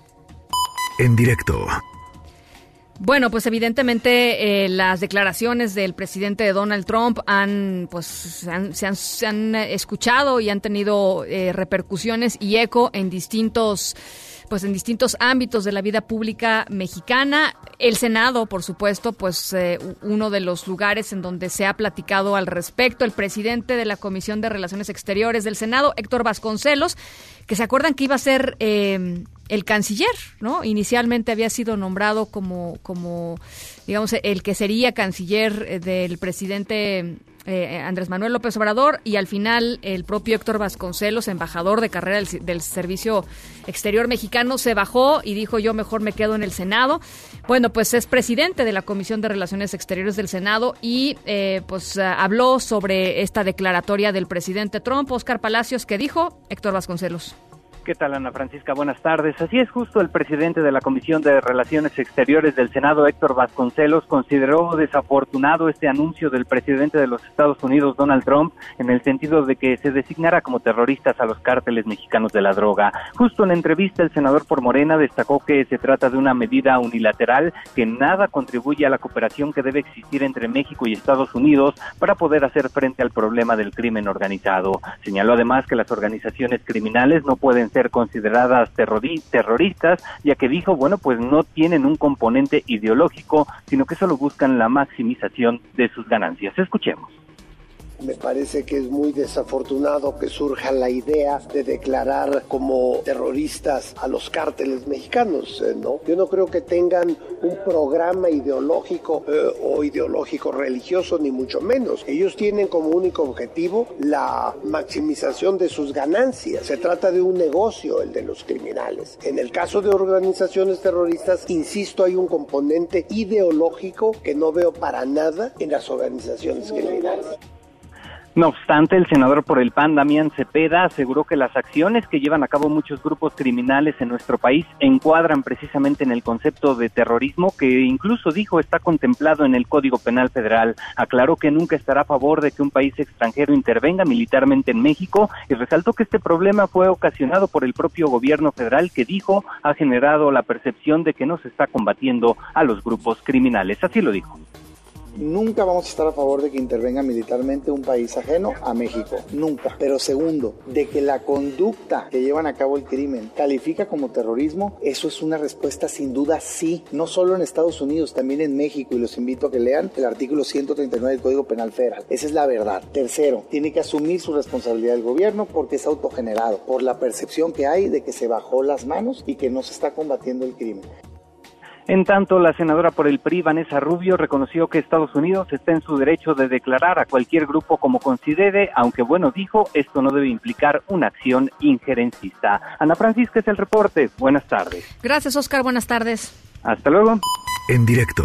En directo. Bueno, pues evidentemente eh, las declaraciones del presidente Donald Trump han, pues, se han, se han, se han escuchado y han tenido eh, repercusiones y eco en distintos, pues, en distintos ámbitos de la vida pública mexicana. El Senado, por supuesto, pues eh, uno de los lugares en donde se ha platicado al respecto. El presidente de la Comisión de Relaciones Exteriores del Senado, Héctor Vasconcelos, que se acuerdan que iba a ser eh, el canciller, ¿no? Inicialmente había sido nombrado como, como, digamos, el que sería canciller del presidente eh, Andrés Manuel López Obrador, y al final el propio Héctor Vasconcelos, embajador de carrera del, del Servicio Exterior Mexicano, se bajó y dijo: yo mejor me quedo en el Senado. Bueno, pues es presidente de la Comisión de Relaciones Exteriores del Senado y eh, pues uh, habló sobre esta declaratoria del presidente Trump. Oscar Palacios, ¿qué dijo Héctor Vasconcelos? ¿Qué tal, Ana Francisca? Buenas tardes. Así es, justo el presidente de la Comisión de Relaciones Exteriores del Senado, Héctor Vasconcelos, consideró desafortunado este anuncio del presidente de los Estados Unidos, Donald Trump, en el sentido de que se designara como terroristas a los cárteles mexicanos de la droga. Justo en la entrevista, el senador por Morena destacó que se trata de una medida unilateral que nada contribuye a la cooperación que debe existir entre México y Estados Unidos para poder hacer frente al problema del crimen organizado. Señaló además que las organizaciones criminales no pueden ser consideradas terrori- terroristas, ya que dijo, bueno, pues no tienen un componente ideológico, sino que solo buscan la maximización de sus ganancias. Escuchemos. Me parece que es muy desafortunado que surja la idea de declarar como terroristas a los cárteles mexicanos, ¿eh? ¿no? Yo no creo que tengan un programa ideológico eh, o ideológico religioso, ni mucho menos. Ellos tienen como único objetivo la maximización de sus ganancias. Se trata de un negocio, el de los criminales. En el caso de organizaciones terroristas, insisto, hay un componente ideológico que no veo para nada en las organizaciones criminales. No obstante, el senador por el P A N, Damián Cepeda, aseguró que las acciones que llevan a cabo muchos grupos criminales en nuestro país encuadran precisamente en el concepto de terrorismo que incluso dijo está contemplado en el Código Penal Federal. Aclaró que nunca estará a favor de que un país extranjero intervenga militarmente en México y resaltó que este problema fue ocasionado por el propio gobierno federal que dijo ha generado la percepción de que no se está combatiendo a los grupos criminales. Así lo dijo. Nunca vamos a estar a favor de que intervenga militarmente un país ajeno a México, nunca. Pero segundo, de que la conducta que llevan a cabo el crimen califica como terrorismo, eso es una respuesta sin duda sí, no solo en Estados Unidos, también en México, y los invito a que lean el artículo ciento treinta y nueve del Código Penal Federal. Esa es la verdad. Tercero, tiene que asumir su responsabilidad el gobierno porque es autogenerado, por la percepción que hay de que se bajó las manos y que no se está combatiendo el crimen. En tanto, la senadora por el P R I, Vanessa Rubio, reconoció que Estados Unidos está en su derecho de declarar a cualquier grupo como considere, aunque bueno, dijo, esto no debe implicar una acción injerencista. Ana Francisca, es el reporte. Buenas tardes. Gracias, Oscar. Buenas tardes. Hasta luego. En directo.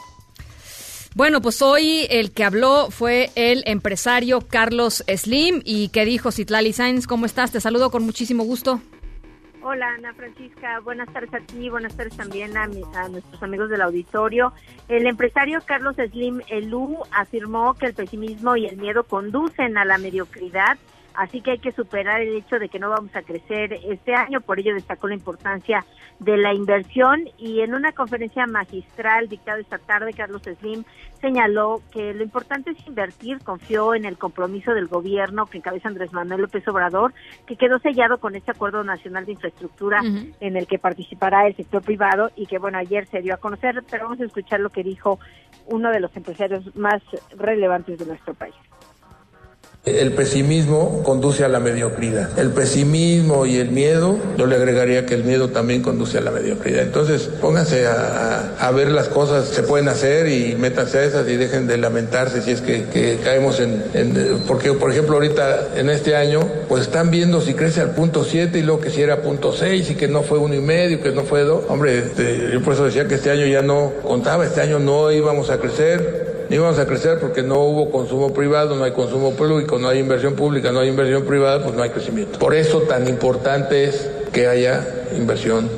Bueno, pues hoy el que habló fue el empresario Carlos Slim. ¿Y qué dijo Citlali Sáenz? ¿Cómo estás? Te saludo con muchísimo gusto. Hola, Ana Francisca, buenas tardes a ti, buenas tardes también a, mi, a nuestros amigos del auditorio. El empresario Carlos Slim Elú afirmó que el pesimismo y el miedo conducen a la mediocridad, así que hay que superar el hecho de que no vamos a crecer este año. Por ello destacó la importancia de la inversión y en una conferencia magistral dictada esta tarde, Carlos Slim señaló que lo importante es invertir. Confió en el compromiso del gobierno que encabeza Andrés Manuel López Obrador, que quedó sellado con este Acuerdo Nacional de Infraestructura uh-huh. en el que participará el sector privado y que, bueno, ayer se dio a conocer, pero vamos a escuchar lo que dijo uno de los empresarios más relevantes de nuestro país. El pesimismo conduce a la mediocridad. El pesimismo y el miedo, yo le agregaría que el miedo también conduce a la mediocridad. Entonces, pónganse a, a ver las cosas que se pueden hacer y métanse a esas y dejen de lamentarse si es que, que caemos en, en... Porque, por ejemplo, ahorita, en este año, pues están viendo si crece al punto siete y luego que si era punto seis y que no fue uno y medio, que no fue dos. Hombre, este, yo por eso decía que este año ya no contaba, este año no íbamos a crecer. No íbamos a crecer porque no hubo consumo privado, no hay consumo público, no hay inversión pública, no hay inversión privada, pues no hay crecimiento. Por eso tan importante es que haya inversión.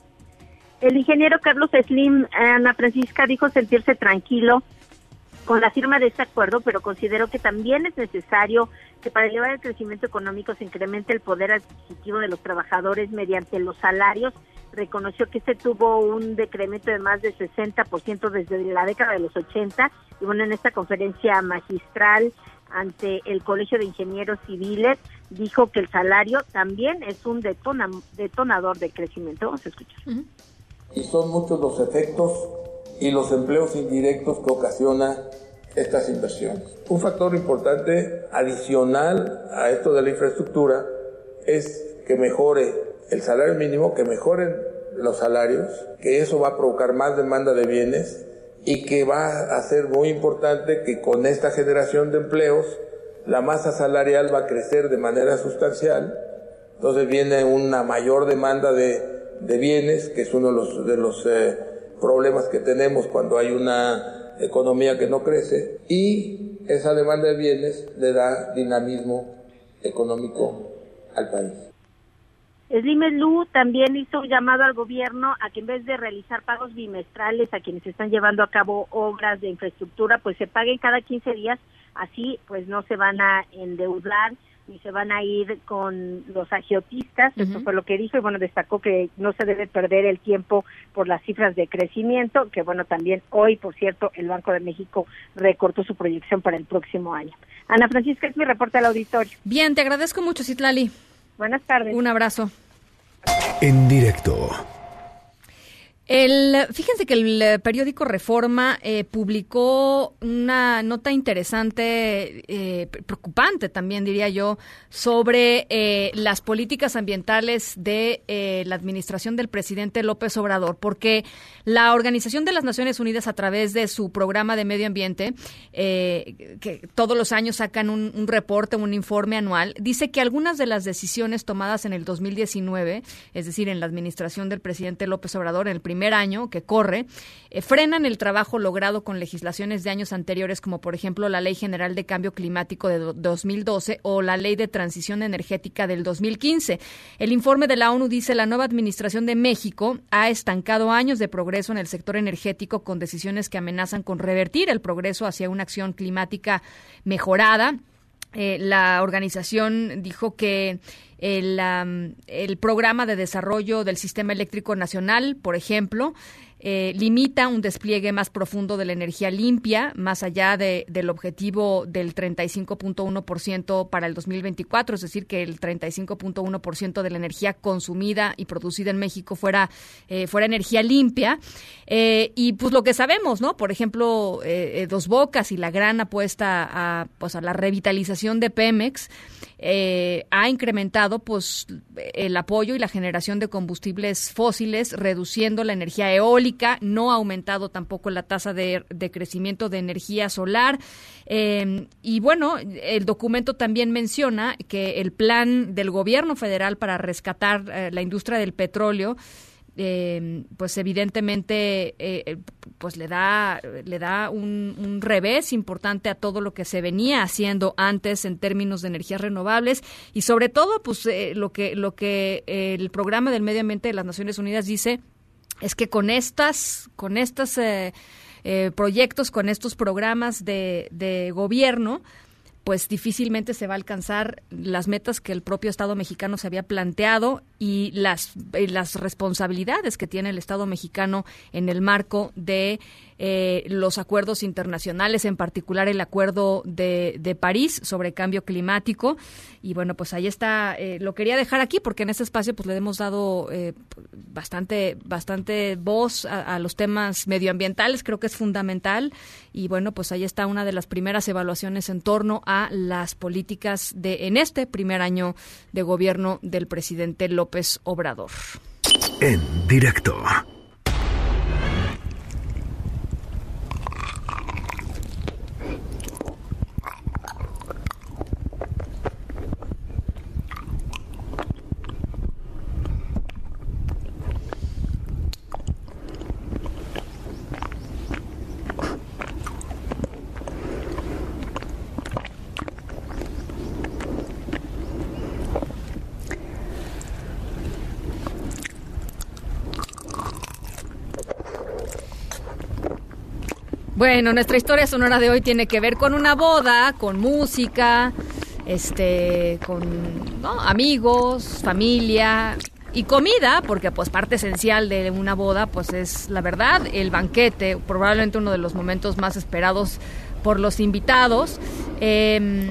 El ingeniero Carlos Slim, Ana Francisca, dijo sentirse tranquilo con la firma de este acuerdo, pero consideró que también es necesario que para elevar el crecimiento económico se incremente el poder adquisitivo de los trabajadores mediante los salarios. Reconoció que este tuvo un decremento de más de sesenta por ciento desde la década de los ochenta, y bueno, en esta conferencia magistral ante el Colegio de Ingenieros Civiles dijo que el salario también es un detona, detonador de crecimiento. Vamos a escuchar. Uh-huh. Y son muchos los efectos y los empleos indirectos que ocasiona estas inversiones. Un factor importante adicional a esto de la infraestructura es que mejore el salario mínimo, que mejoren los salarios, que eso va a provocar más demanda de bienes y que va a ser muy importante que con esta generación de empleos la masa salarial va a crecer de manera sustancial. Entonces viene una mayor demanda de, de bienes, que es uno de los, de los eh, problemas que tenemos cuando hay una economía que no crece, y esa demanda de bienes le da dinamismo económico al país. Slim Lu también hizo un llamado al gobierno a que en vez de realizar pagos bimestrales a quienes están llevando a cabo obras de infraestructura, pues se paguen cada quince días, así pues no se van a endeudar ni se van a ir con los agiotistas. Uh-huh. Eso fue lo que dijo, y bueno, destacó que no se debe perder el tiempo por las cifras de crecimiento, que bueno, también hoy, por cierto, el Banco de México recortó su proyección para el próximo año. Ana Francisca, es mi reporte al auditorio. Bien, te agradezco mucho, Citlali. Buenas tardes. Un abrazo. En directo. El, fíjense que el periódico Reforma eh, publicó una nota interesante, eh, preocupante también diría yo, sobre eh, las políticas ambientales de eh, la administración del presidente López Obrador, porque la Organización de las Naciones Unidas, a través de su programa de medio ambiente, eh, que todos los años sacan un, un reporte, un informe anual, dice que algunas de las decisiones tomadas en el dos mil diecinueve, es decir, en la administración del presidente López Obrador, en el primer año que corre, eh, frenan el trabajo logrado con legislaciones de años anteriores, como por ejemplo la Ley General de Cambio Climático de do, dos mil doce o la Ley de Transición Energética del dos mil quince. El informe de la ONU dice: la nueva administración de México ha estancado años de progreso en el sector energético, con decisiones que amenazan con revertir el progreso hacia una acción climática mejorada. Eh, la organización dijo que el, um, el programa de desarrollo del sistema eléctrico nacional, por ejemplo, eh, limita un despliegue más profundo de la energía limpia, más allá de, del objetivo del treinta y cinco punto uno por ciento para el dos mil veinticuatro, es decir, que el treinta y cinco punto uno por ciento de la energía consumida y producida en México fuera, eh, fuera energía limpia. Eh, y pues lo que sabemos, ¿no? Por ejemplo, eh, Dos Bocas y la gran apuesta a, pues, a la revitalización de Pemex eh, ha incrementado pues el apoyo y la generación de combustibles fósiles, reduciendo la energía eólica. No ha aumentado tampoco la tasa de, de crecimiento de energía solar. Eh, y bueno, el documento también menciona que el plan del gobierno federal para rescatar eh, la industria del petróleo, Eh, pues evidentemente eh, pues le da le da un, un revés importante a todo lo que se venía haciendo antes en términos de energías renovables, y sobre todo pues eh, lo que lo que eh, el programa del medio ambiente de las Naciones Unidas dice es que con estas con estos eh, eh, proyectos, con estos programas de, de gobierno, pues difícilmente se va a alcanzar las metas que el propio Estado mexicano se había planteado y las, y las responsabilidades que tiene el Estado mexicano en el marco de eh, los acuerdos internacionales, en particular el Acuerdo de, de París sobre cambio climático. Y bueno, pues ahí está, eh, lo quería dejar aquí porque en este espacio pues le hemos dado eh, bastante bastante voz a, a los temas medioambientales, creo que es fundamental. Y bueno, pues ahí está una de las primeras evaluaciones en torno a las políticas de en este primer año de gobierno del presidente López Obrador. En directo. Bueno, nuestra historia sonora de hoy tiene que ver con una boda, con música, este, con ¿no? amigos, familia y comida, porque pues parte esencial de una boda pues es la verdad, el banquete, probablemente uno de los momentos más esperados por los invitados. Eh,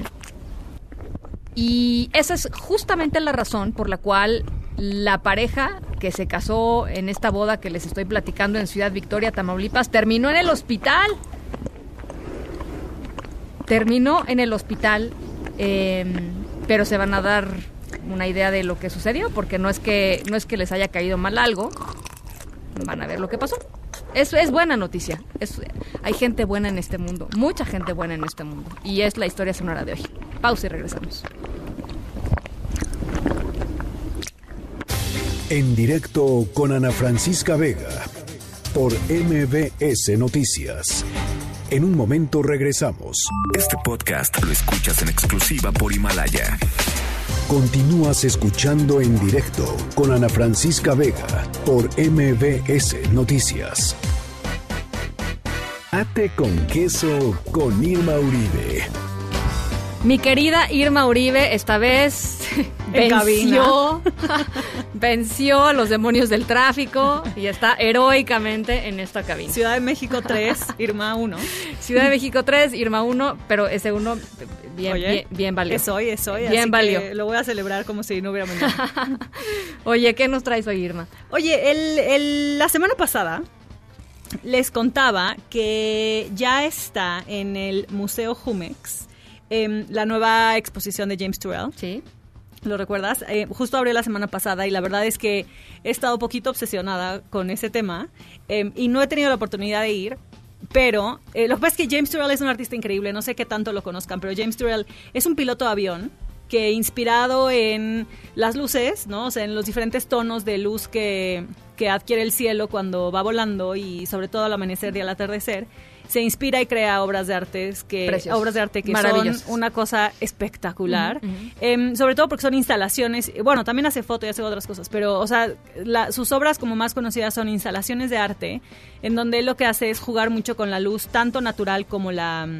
y esa es justamente la razón por la cual la pareja que se casó en esta boda que les estoy platicando en Ciudad Victoria, Tamaulipas, terminó en el hospital. Terminó en el hospital, eh, pero se van a dar una idea de lo que sucedió, porque no es que no es que les haya caído mal algo. Van a ver lo que pasó. Es, es buena noticia. Es, hay gente buena en este mundo, mucha gente buena en este mundo. Y es la historia sonora de hoy. Pausa y regresamos. En directo con Ana Francisca Vega por M B S Noticias. En un momento regresamos. Este podcast lo escuchas en exclusiva por Himalaya. Continúas escuchando En Directo con Ana Francisca Vega por M V S Noticias. Ate con queso con Irma Uribe. Mi querida Irma Uribe, esta vez en venció, venció a los demonios del tráfico y está heroicamente en esta cabina. Ciudad de México tres, Irma uno. Ciudad de México tres, Irma uno, pero ese uno bien, Oye, bien, bien valió. Es hoy, es hoy. Bien así valió. Que lo voy a celebrar como si no hubiera mañana. Oye, ¿qué nos traes hoy, Irma? Oye, el, el, la semana pasada les contaba que ya está en el Museo Jumex eh, la nueva exposición de James Turrell. Sí. ¿Lo recuerdas? Eh, justo abrió la semana pasada y la verdad es que he estado un poquito obsesionada con ese tema eh, y no he tenido la oportunidad de ir, pero eh, lo que pasa es que James Turrell es un artista increíble, no sé qué tanto lo conozcan, pero James Turrell es un piloto de avión que inspirado en las luces, ¿no? O sea, en los diferentes tonos de luz que, que adquiere el cielo cuando va volando y sobre todo al amanecer y al atardecer, se inspira y crea obras de arte que obras de arte que son una cosa espectacular, uh-huh, uh-huh. Eh, sobre todo porque son instalaciones, bueno, también hace foto y hace otras cosas, pero o sea, la, sus obras como más conocidas son instalaciones de arte, en donde él lo que hace es jugar mucho con la luz, tanto natural como la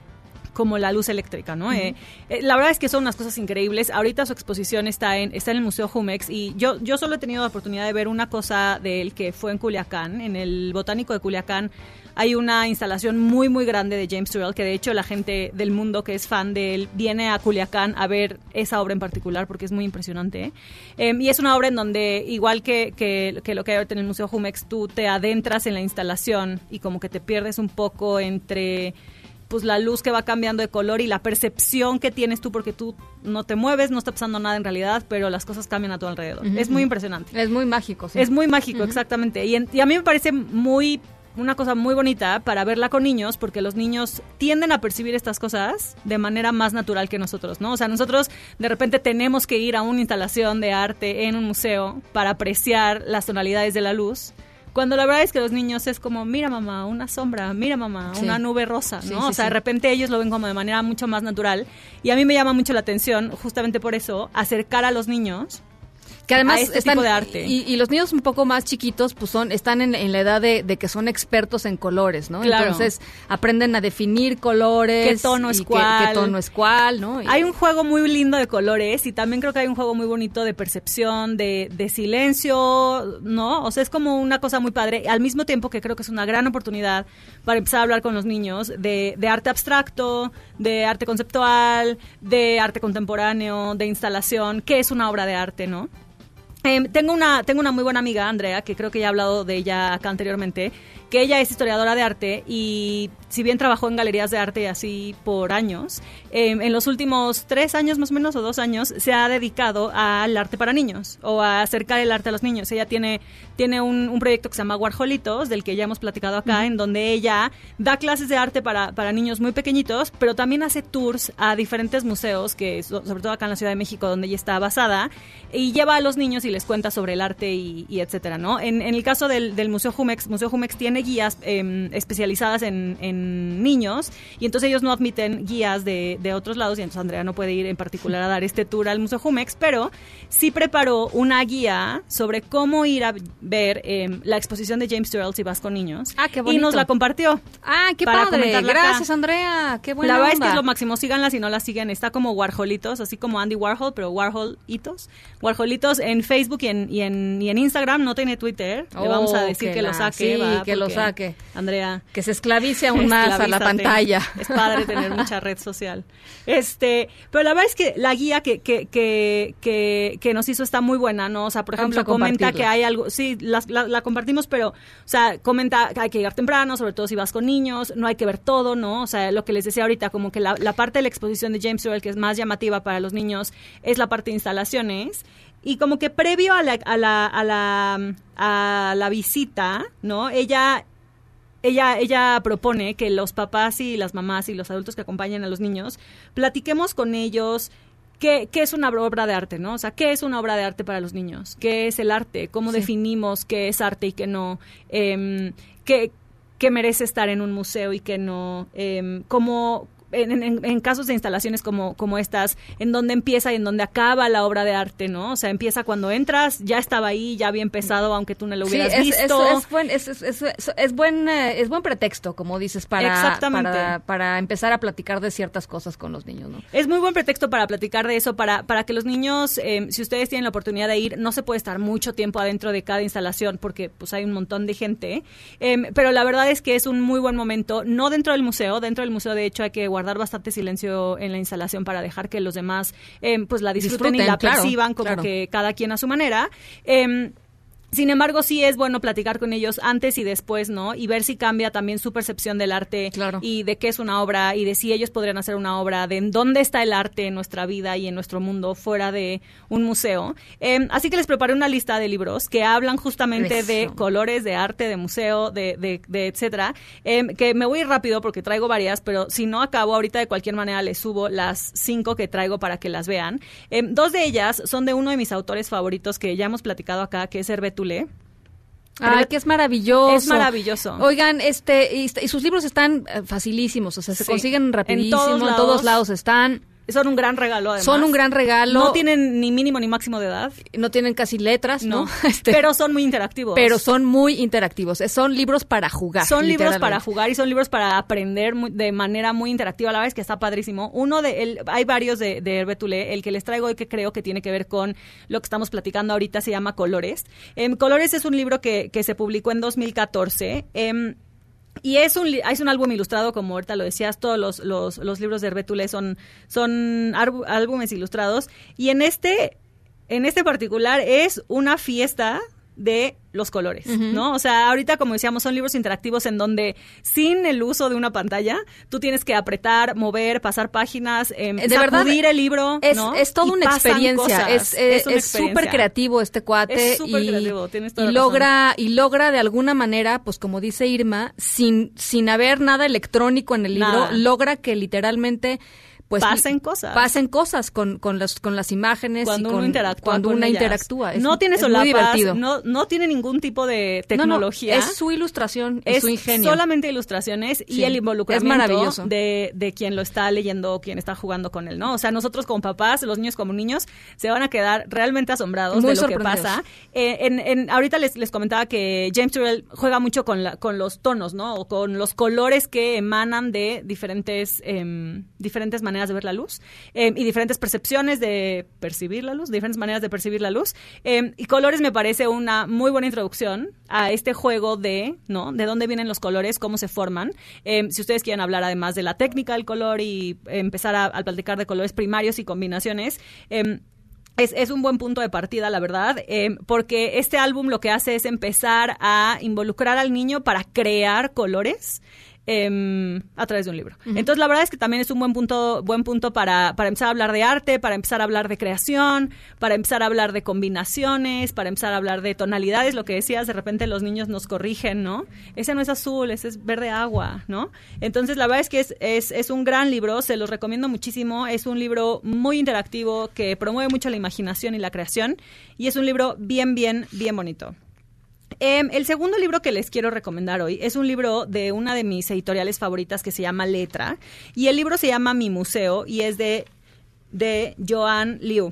como la luz eléctrica, ¿no? Uh-huh. Eh, eh, la verdad es que son unas cosas increíbles. Ahorita su exposición está en está en el Museo Jumex y yo yo solo he tenido la oportunidad de ver una cosa de él que fue en Culiacán, en el Botánico de Culiacán. Hay una instalación muy, muy grande de James Turrell, que de hecho la gente del mundo que es fan de él viene a Culiacán a ver esa obra en particular porque es muy impresionante. Eh, y es una obra en donde, igual que, que, que lo que hay ahorita en el Museo Jumex, tú te adentras en la instalación y como que te pierdes un poco entre pues la luz que va cambiando de color y la percepción que tienes tú porque tú no te mueves, no está pasando nada en realidad, pero las cosas cambian a tu alrededor. Uh-huh. Es muy impresionante. Es muy mágico. Sí. Es muy mágico, uh-huh, exactamente. Y, en, y a mí me parece muy... una cosa muy bonita para verla con niños, porque los niños tienden a percibir estas cosas de manera más natural que nosotros, ¿no? O sea, nosotros de repente tenemos que ir a una instalación de arte en un museo para apreciar las tonalidades de la luz, cuando la verdad es que los niños es como, mira mamá, una sombra, mira mamá, sí, una nube rosa, ¿no? Sí, sí, o sea, sí, de repente ellos lo ven como de manera mucho más natural y a mí me llama mucho la atención, justamente por eso, acercar a los niños que además a este están, tipo de arte. Y, y los niños un poco más chiquitos pues son están en, en la edad de, de que son expertos en colores, ¿no? Claro. Entonces aprenden a definir colores. ¿Qué tono es y cuál? Qué, qué tono es cuál, ¿no? Y hay un juego muy lindo de colores y también creo que hay un juego muy bonito de percepción, de, de silencio, ¿no? O sea, es como una cosa muy padre. Al mismo tiempo que creo que es una gran oportunidad para empezar a hablar con los niños de, de arte abstracto, de arte conceptual, de arte contemporáneo, de instalación, qué es una obra de arte, ¿no? Eh, tengo una tengo una muy buena amiga, Andrea, que creo que ya he hablado de ella acá anteriormente, que ella es historiadora de arte y si bien trabajó en galerías de arte así por años, eh, en los últimos tres años más o menos o dos años se ha dedicado al arte para niños o a acercar el arte a los niños. Ella tiene, tiene un, un proyecto que se llama Warholitos, del que ya hemos platicado acá, uh-huh, en donde ella da clases de arte para, para niños muy pequeñitos, pero también hace tours a diferentes museos, que sobre todo acá en la Ciudad de México, donde ella está basada, y lleva a los niños y les cuenta sobre el arte y, y etcétera, ¿no? En, en el caso del, del Museo Jumex, Museo Jumex tiene guías eh, especializadas en, en niños y entonces ellos no admiten guías de, de otros lados y entonces Andrea no puede ir en particular a dar este tour al Museo Jumex, pero sí preparó una guía sobre cómo ir a ver eh, la exposición de James Turrell si vas con niños. Ah, qué bonito. Y nos la compartió. Ah, qué para padre. Gracias, acá. Andrea. Qué buena La verdad onda. es que es lo máximo. Síganla si no la siguen. Está como Warholitos, así como Andy Warhol, pero Warholitos. Warholitos en Facebook y en, y en, y en Instagram. No tiene Twitter. Oh, Le vamos a decir que, que la, lo saque. Sí, va, que lo saque. Andrea. Que se esclavice aún más a la pantalla. Es padre tener mucha red social. Este, pero la verdad es que la guía que, que, que, que, que nos hizo está muy buena, ¿no? O sea, por ejemplo, comenta que hay algo, sí, la, la, la compartimos, pero, o sea, comenta que hay que llegar temprano, sobre todo si vas con niños, no hay que ver todo, ¿no? O sea, lo que les decía ahorita, como que la, la parte de la exposición de James Turrell que es más llamativa para los niños es la parte de instalaciones. Y como que previo a la, a la, a la, a la visita, ¿no? Ella... Ella, ella propone que los papás y las mamás y los adultos que acompañan a los niños platiquemos con ellos qué, qué es una obra de arte, ¿no? O sea, ¿qué es una obra de arte para los niños? ¿Qué es el arte? ¿Cómo sí. definimos qué es arte y qué no? Eh, ¿qué, qué merece estar en un museo y qué no? Eh, ¿Cómo... en, en, en casos de instalaciones como, como estas, en donde empieza y en donde acaba la obra de arte, ¿no? O sea, empieza cuando entras, ya estaba ahí, ya había empezado, aunque tú no lo hubieras sí, es, visto. Es, es, buen, es, es, es, es, buen, eh, es buen pretexto, como dices, para, para, para empezar a platicar de ciertas cosas con los niños, ¿no? Es muy buen pretexto para platicar de eso, para, para que los niños, eh, si ustedes tienen la oportunidad de ir, no se puede estar mucho tiempo adentro de cada instalación porque pues hay un montón de gente, eh, pero la verdad es que es un muy buen momento, no dentro del museo, dentro del museo de hecho hay que guardar bastante silencio en la instalación para dejar que los demás eh, pues la disfruten, disfruten y la claro, perciban como claro. que cada quien a su manera. Eh, Sin embargo, sí es bueno platicar con ellos antes y después, ¿no? Y ver si cambia también su percepción del arte claro. y de qué es una obra y de si ellos podrían hacer una obra, de en dónde está el arte en nuestra vida y en nuestro mundo fuera de un museo. Eh, así que les preparé una lista de libros que hablan justamente Eso. de colores, de arte, de museo, de, de, de etcétera. Eh, que me voy a ir rápido porque traigo varias, pero si no acabo ahorita de cualquier manera les subo las cinco que traigo para que las vean. Eh, dos de ellas son de uno de mis autores favoritos que ya hemos platicado acá, que es Hervé Tulé. Ay, que es maravilloso. Es maravilloso. Oigan, este, y, y sus libros están facilísimos, o sea, se sí. consiguen rapidísimo, en todos, en todos lados están. Son un gran regalo, además. Son un gran regalo. No tienen ni mínimo ni máximo de edad. No tienen casi letras, ¿no? no. Este, pero son muy interactivos. Pero son muy interactivos. Son libros para jugar. Son libros para jugar y son libros para aprender muy, de manera muy interactiva. La verdad es que está padrísimo. Uno de el, hay varios de, de Hervé Tulé. El que les traigo hoy que creo que tiene que ver con lo que estamos platicando ahorita se llama Colores. Eh, Colores es un libro que, que se publicó en dos mil catorce. Eh, Y es un es un álbum ilustrado, como ahorita lo decías, todos los, los, los libros de Hervé Tulé son, son álbumes ilustrados. Y en este, en este particular es una fiesta de los colores, uh-huh. ¿no? O sea, ahorita, como decíamos, son libros interactivos en donde, sin el uso de una pantalla, tú tienes que apretar, mover, pasar páginas, eh, de sacudir verdad, el libro, es, ¿no? Es toda una experiencia. Es súper es, es creativo este cuate. Es súper creativo, tienes toda y la logra razón. Y logra de alguna manera, pues como dice Irma, sin, sin haber nada electrónico en el libro, nada. Logra que literalmente... Pues pasen cosas. Pasen cosas con, con, las, con las imágenes cuando y con, uno interactúa. Cuando con una ellas. interactúa. Es, no tiene es solapas, muy divertido. No, no tiene ningún tipo de tecnología. No, no, es su ilustración y es su ingenio. Solamente ilustraciones sí, y el involucramiento es maravilloso. De, de quien lo está leyendo o quien está jugando con él, ¿no? O sea, nosotros como papás, los niños como niños, se van a quedar realmente asombrados muy de lo que pasa. Eh, en, en, ahorita les, les comentaba que James Turrell juega mucho con, la, con los tonos, ¿no? O con los colores que emanan de diferentes, eh, diferentes maneras de ver la luz. Eh, y diferentes percepciones de percibir la luz, diferentes maneras de percibir la luz. Eh, y Colores me parece una muy buena introducción a este juego de, ¿no? De dónde vienen los colores, cómo se forman. Eh, si ustedes quieren hablar además de la técnica del color y eh, empezar a, a platicar de colores primarios y combinaciones, eh, Es, es un buen punto de partida, la verdad, eh, porque este álbum lo que hace es empezar a involucrar al niño para crear colores Eh, a través de un libro. Uh-huh. Entonces, la verdad es que también es un buen punto buen punto para, para empezar a hablar de arte, para empezar a hablar de creación, para empezar a hablar de combinaciones, para empezar a hablar de tonalidades, lo que decías, de repente los niños nos corrigen, ¿no? Ese no es azul, ese es verde agua, ¿no? Entonces, la verdad es que es, es, es un gran libro, se los recomiendo muchísimo, es un libro muy interactivo que promueve mucho la imaginación y la creación, y es un libro bien, bien, bien bonito. Eh, el segundo libro que les quiero recomendar hoy es un libro de una de mis editoriales favoritas que se llama Letra, y el libro se llama Mi Museo y es de, de Joan Liu.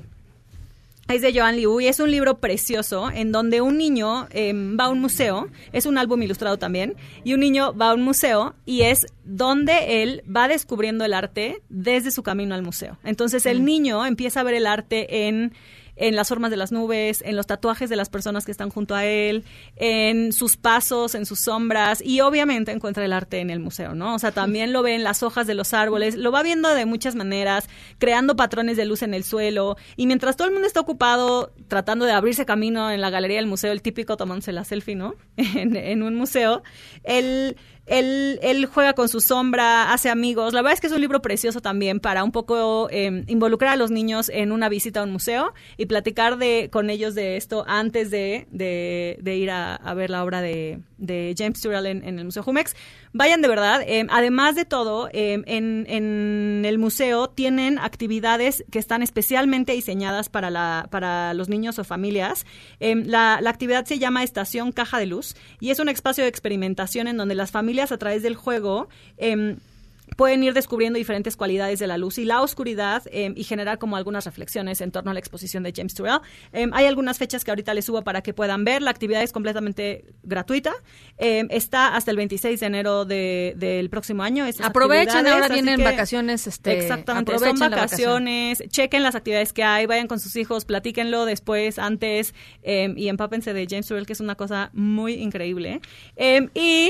Es de Joan Liu y es un libro precioso en donde un niño eh, va a un museo, es un álbum ilustrado también, y un niño va a un museo y es donde él va descubriendo el arte desde su camino al museo. Entonces el niño empieza a ver el arte en... en las formas de las nubes, en los tatuajes de las personas que están junto a él, en sus pasos, en sus sombras, y obviamente encuentra el arte en el museo, ¿no? O sea, también lo ve en las hojas de los árboles, lo va viendo de muchas maneras, creando patrones de luz en el suelo, y mientras todo el mundo está ocupado tratando de abrirse camino en la galería del museo, el típico tomándose la selfie, ¿no? en, en un museo, él... Él, él juega con su sombra, hace amigos. La verdad es que es un libro precioso también para un poco eh, involucrar a los niños en una visita a un museo y platicar de, con ellos de esto antes de, de, de ir a, a ver la obra de, de James Turrell en, en el Museo Jumex. Vayan de verdad. Eh, además de todo, eh, en, en el museo tienen actividades que están especialmente diseñadas para, la, para los niños o familias. Eh, la, la actividad se llama Estación Caja de Luz y es un espacio de experimentación en donde las familias a través del juego... Eh, pueden ir descubriendo diferentes cualidades de la luz y la oscuridad eh, y generar como algunas reflexiones en torno a la exposición de James Turrell. Eh, hay algunas fechas que ahorita les subo para que puedan ver. La actividad es completamente gratuita. Eh, está hasta el veintiséis de enero de, del próximo año. Aprovechen, ahora vienen que, vacaciones. Este, exactamente, son vacaciones. Vacación. Chequen las actividades que hay, vayan con sus hijos, platíquenlo después, antes eh, y empápense de James Turrell, que es una cosa muy increíble. Eh, y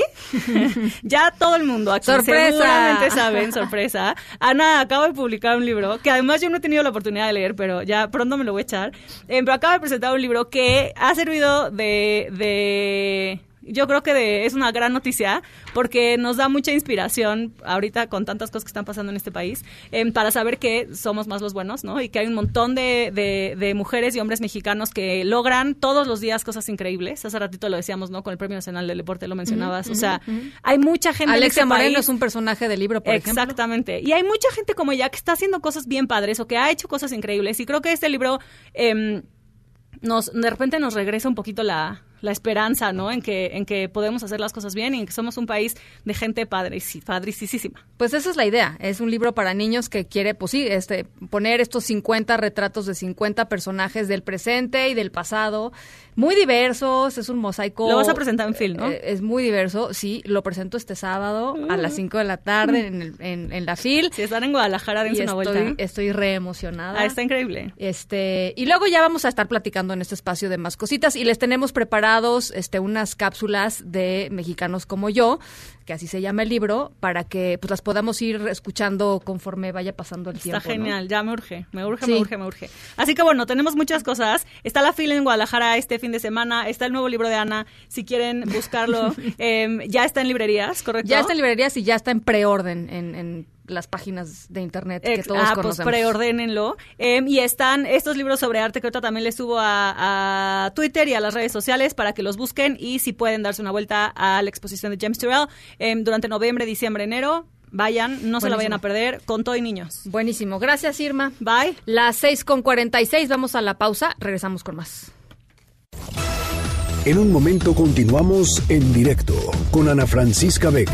ya todo el mundo aquí ¡sorpresa! Seguramente saben, sorpresa. Ana acaba de publicar un libro que además yo no he tenido la oportunidad de leer, pero ya pronto me lo voy a echar. Eh, pero acaba de presentar un libro que ha servido de... de yo creo que de, es una gran noticia porque nos da mucha inspiración ahorita con tantas cosas que están pasando en este país eh, para saber que somos más los buenos, ¿no? Y que hay un montón de, de, de mujeres y hombres mexicanos que logran todos los días cosas increíbles. Hace ratito lo decíamos, ¿no? Con el Premio Nacional del Deporte lo mencionabas. Uh-huh, o sea, uh-huh. hay mucha gente Alexia en este Moreno país. Es un personaje del libro, por ejemplo. Exactamente. Y hay mucha gente como ella que está haciendo cosas bien padres o que ha hecho cosas increíbles. Y creo que este libro eh, nos de repente nos regresa un poquito la... la esperanza, ¿no? En que en que podemos hacer las cosas bien y en que somos un país de gente padric- padricísima. Pues esa es la idea. Es un libro para niños que quiere, pues sí, este, poner estos cincuenta retratos de cincuenta personajes del presente y del pasado, muy diversos. Es un mosaico. Lo vas a presentar en film, ¿no? Eh, es muy diverso. Sí, lo presento este sábado uh. a las cinco de la tarde en, el, en, en la FIL. Si están en Guadalajara, dense una estoy, vuelta. Estoy re emocionada. Ah, está increíble. Este, y luego ya vamos a estar platicando en este espacio de más cositas y les tenemos preparado Este, unas cápsulas de mexicanos como yo, que así se llama el libro, para que pues las podamos ir escuchando conforme vaya pasando el Está tiempo. Está genial, ¿no? ya me urge, me urge, sí. me urge, me urge. Así que bueno, tenemos muchas cosas. Está la fila en Guadalajara este fin de semana, está el nuevo libro de Ana, si quieren buscarlo, eh, ya está en librerías, ¿correcto? Ya está en librerías y ya está en preorden en, en las páginas de internet que todos ah, conocemos. Pues preordénenlo. Eh, y están estos libros sobre arte que ahorita también les subo a, a Twitter y a las redes sociales para que los busquen y si pueden darse una vuelta a la exposición de James Turrell eh, durante noviembre, diciembre, enero. Vayan, no Buenísimo. Se la vayan a perder, con todo y niños. Buenísimo. Gracias, Irma. Bye. Las seis con cuarenta y seis, vamos a la pausa. Regresamos con más. En un momento continuamos en directo con Ana Francisca Vega.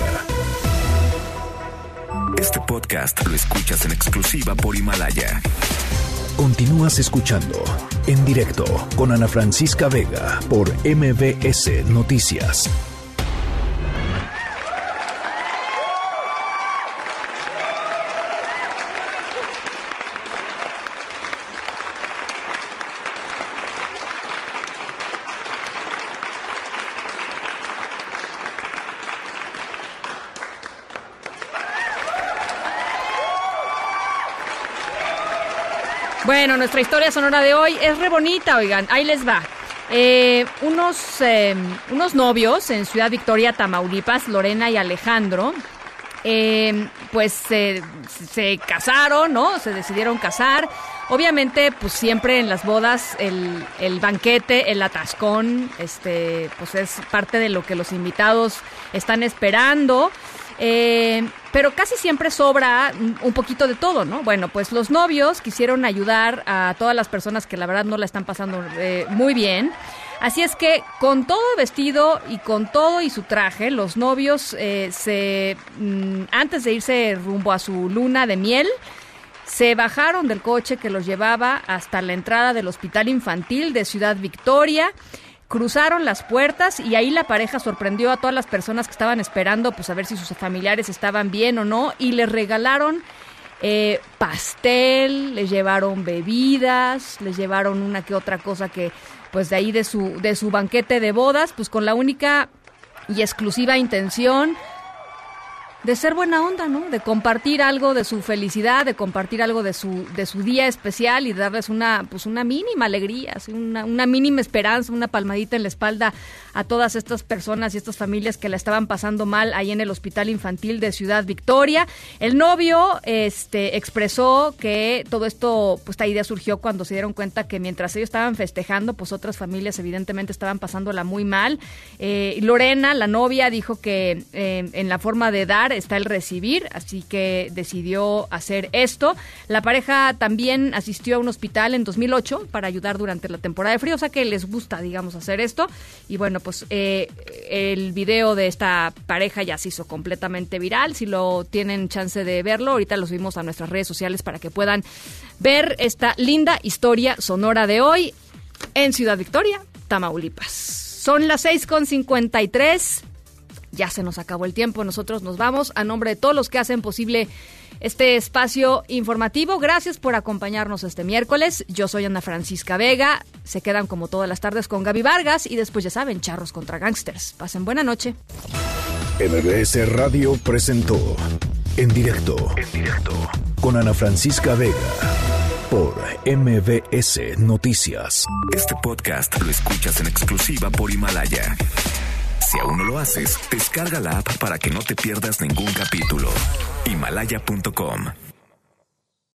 Este podcast lo escuchas en exclusiva por Himalaya. Continúas escuchando en directo con Ana Francisca Vega por M B S Noticias. Bueno, nuestra historia sonora de hoy es re bonita, oigan, ahí les va. Eh, unos, eh, unos novios en Ciudad Victoria, Tamaulipas, Lorena y Alejandro, eh, pues eh, se casaron, ¿no? Se decidieron casar. Obviamente, pues siempre en las bodas el, el banquete, el atascón, este, pues es parte de lo que los invitados están esperando. Eh, pero casi siempre sobra un poquito de todo, ¿no? Bueno, pues los novios quisieron ayudar a todas las personas que la verdad no la están pasando eh, muy bien. Así es que con todo vestido y con todo y su traje, los novios eh, se mm, antes de irse rumbo a su luna de miel, se bajaron del coche que los llevaba hasta la entrada del Hospital Infantil de Ciudad Victoria. Cruzaron las puertas y ahí la pareja sorprendió a todas las personas que estaban esperando, pues a ver si sus familiares estaban bien o no, y les regalaron eh, pastel, les llevaron bebidas, les llevaron una que otra cosa que, pues de ahí de su, de su banquete de bodas, pues con la única y exclusiva intención de ser buena onda, ¿no? De compartir algo de su felicidad, de compartir algo de su de su día especial y darles una pues una mínima alegría, así una, una mínima esperanza, una palmadita en la espalda a todas estas personas y estas familias que la estaban pasando mal ahí en el Hospital Infantil de Ciudad Victoria. El novio este expresó que todo esto, pues esta idea surgió cuando se dieron cuenta que mientras ellos estaban festejando, pues otras familias evidentemente estaban pasándola muy mal. Eh, Lorena, la novia, dijo que eh, en la forma de dar dar está el recibir, así que decidió hacer esto. La pareja también asistió a un hospital en dos mil ocho para ayudar durante la temporada de frío, o sea que les gusta, digamos, hacer esto. Y bueno, pues eh, el video de esta pareja ya se hizo completamente viral. Si lo tienen chance de verlo, ahorita lo subimos a nuestras redes sociales para que puedan ver esta linda historia sonora de hoy en Ciudad Victoria, Tamaulipas. Son las seis con cincuenta y tres. Ya se nos acabó el tiempo. Nosotros nos vamos. A nombre de todos los que hacen posible este espacio informativo, gracias por acompañarnos este miércoles. Yo soy Ana Francisca Vega. Se quedan como todas las tardes con Gaby Vargas y después, ya saben, charros contra gangsters. Pasen buena noche. M B S Radio presentó En Directo, en directo con Ana Francisca Vega por M B S Noticias. Este podcast lo escuchas en exclusiva por Himalaya. Si aún no lo haces, descarga la app para que no te pierdas ningún capítulo. Himalaya punto com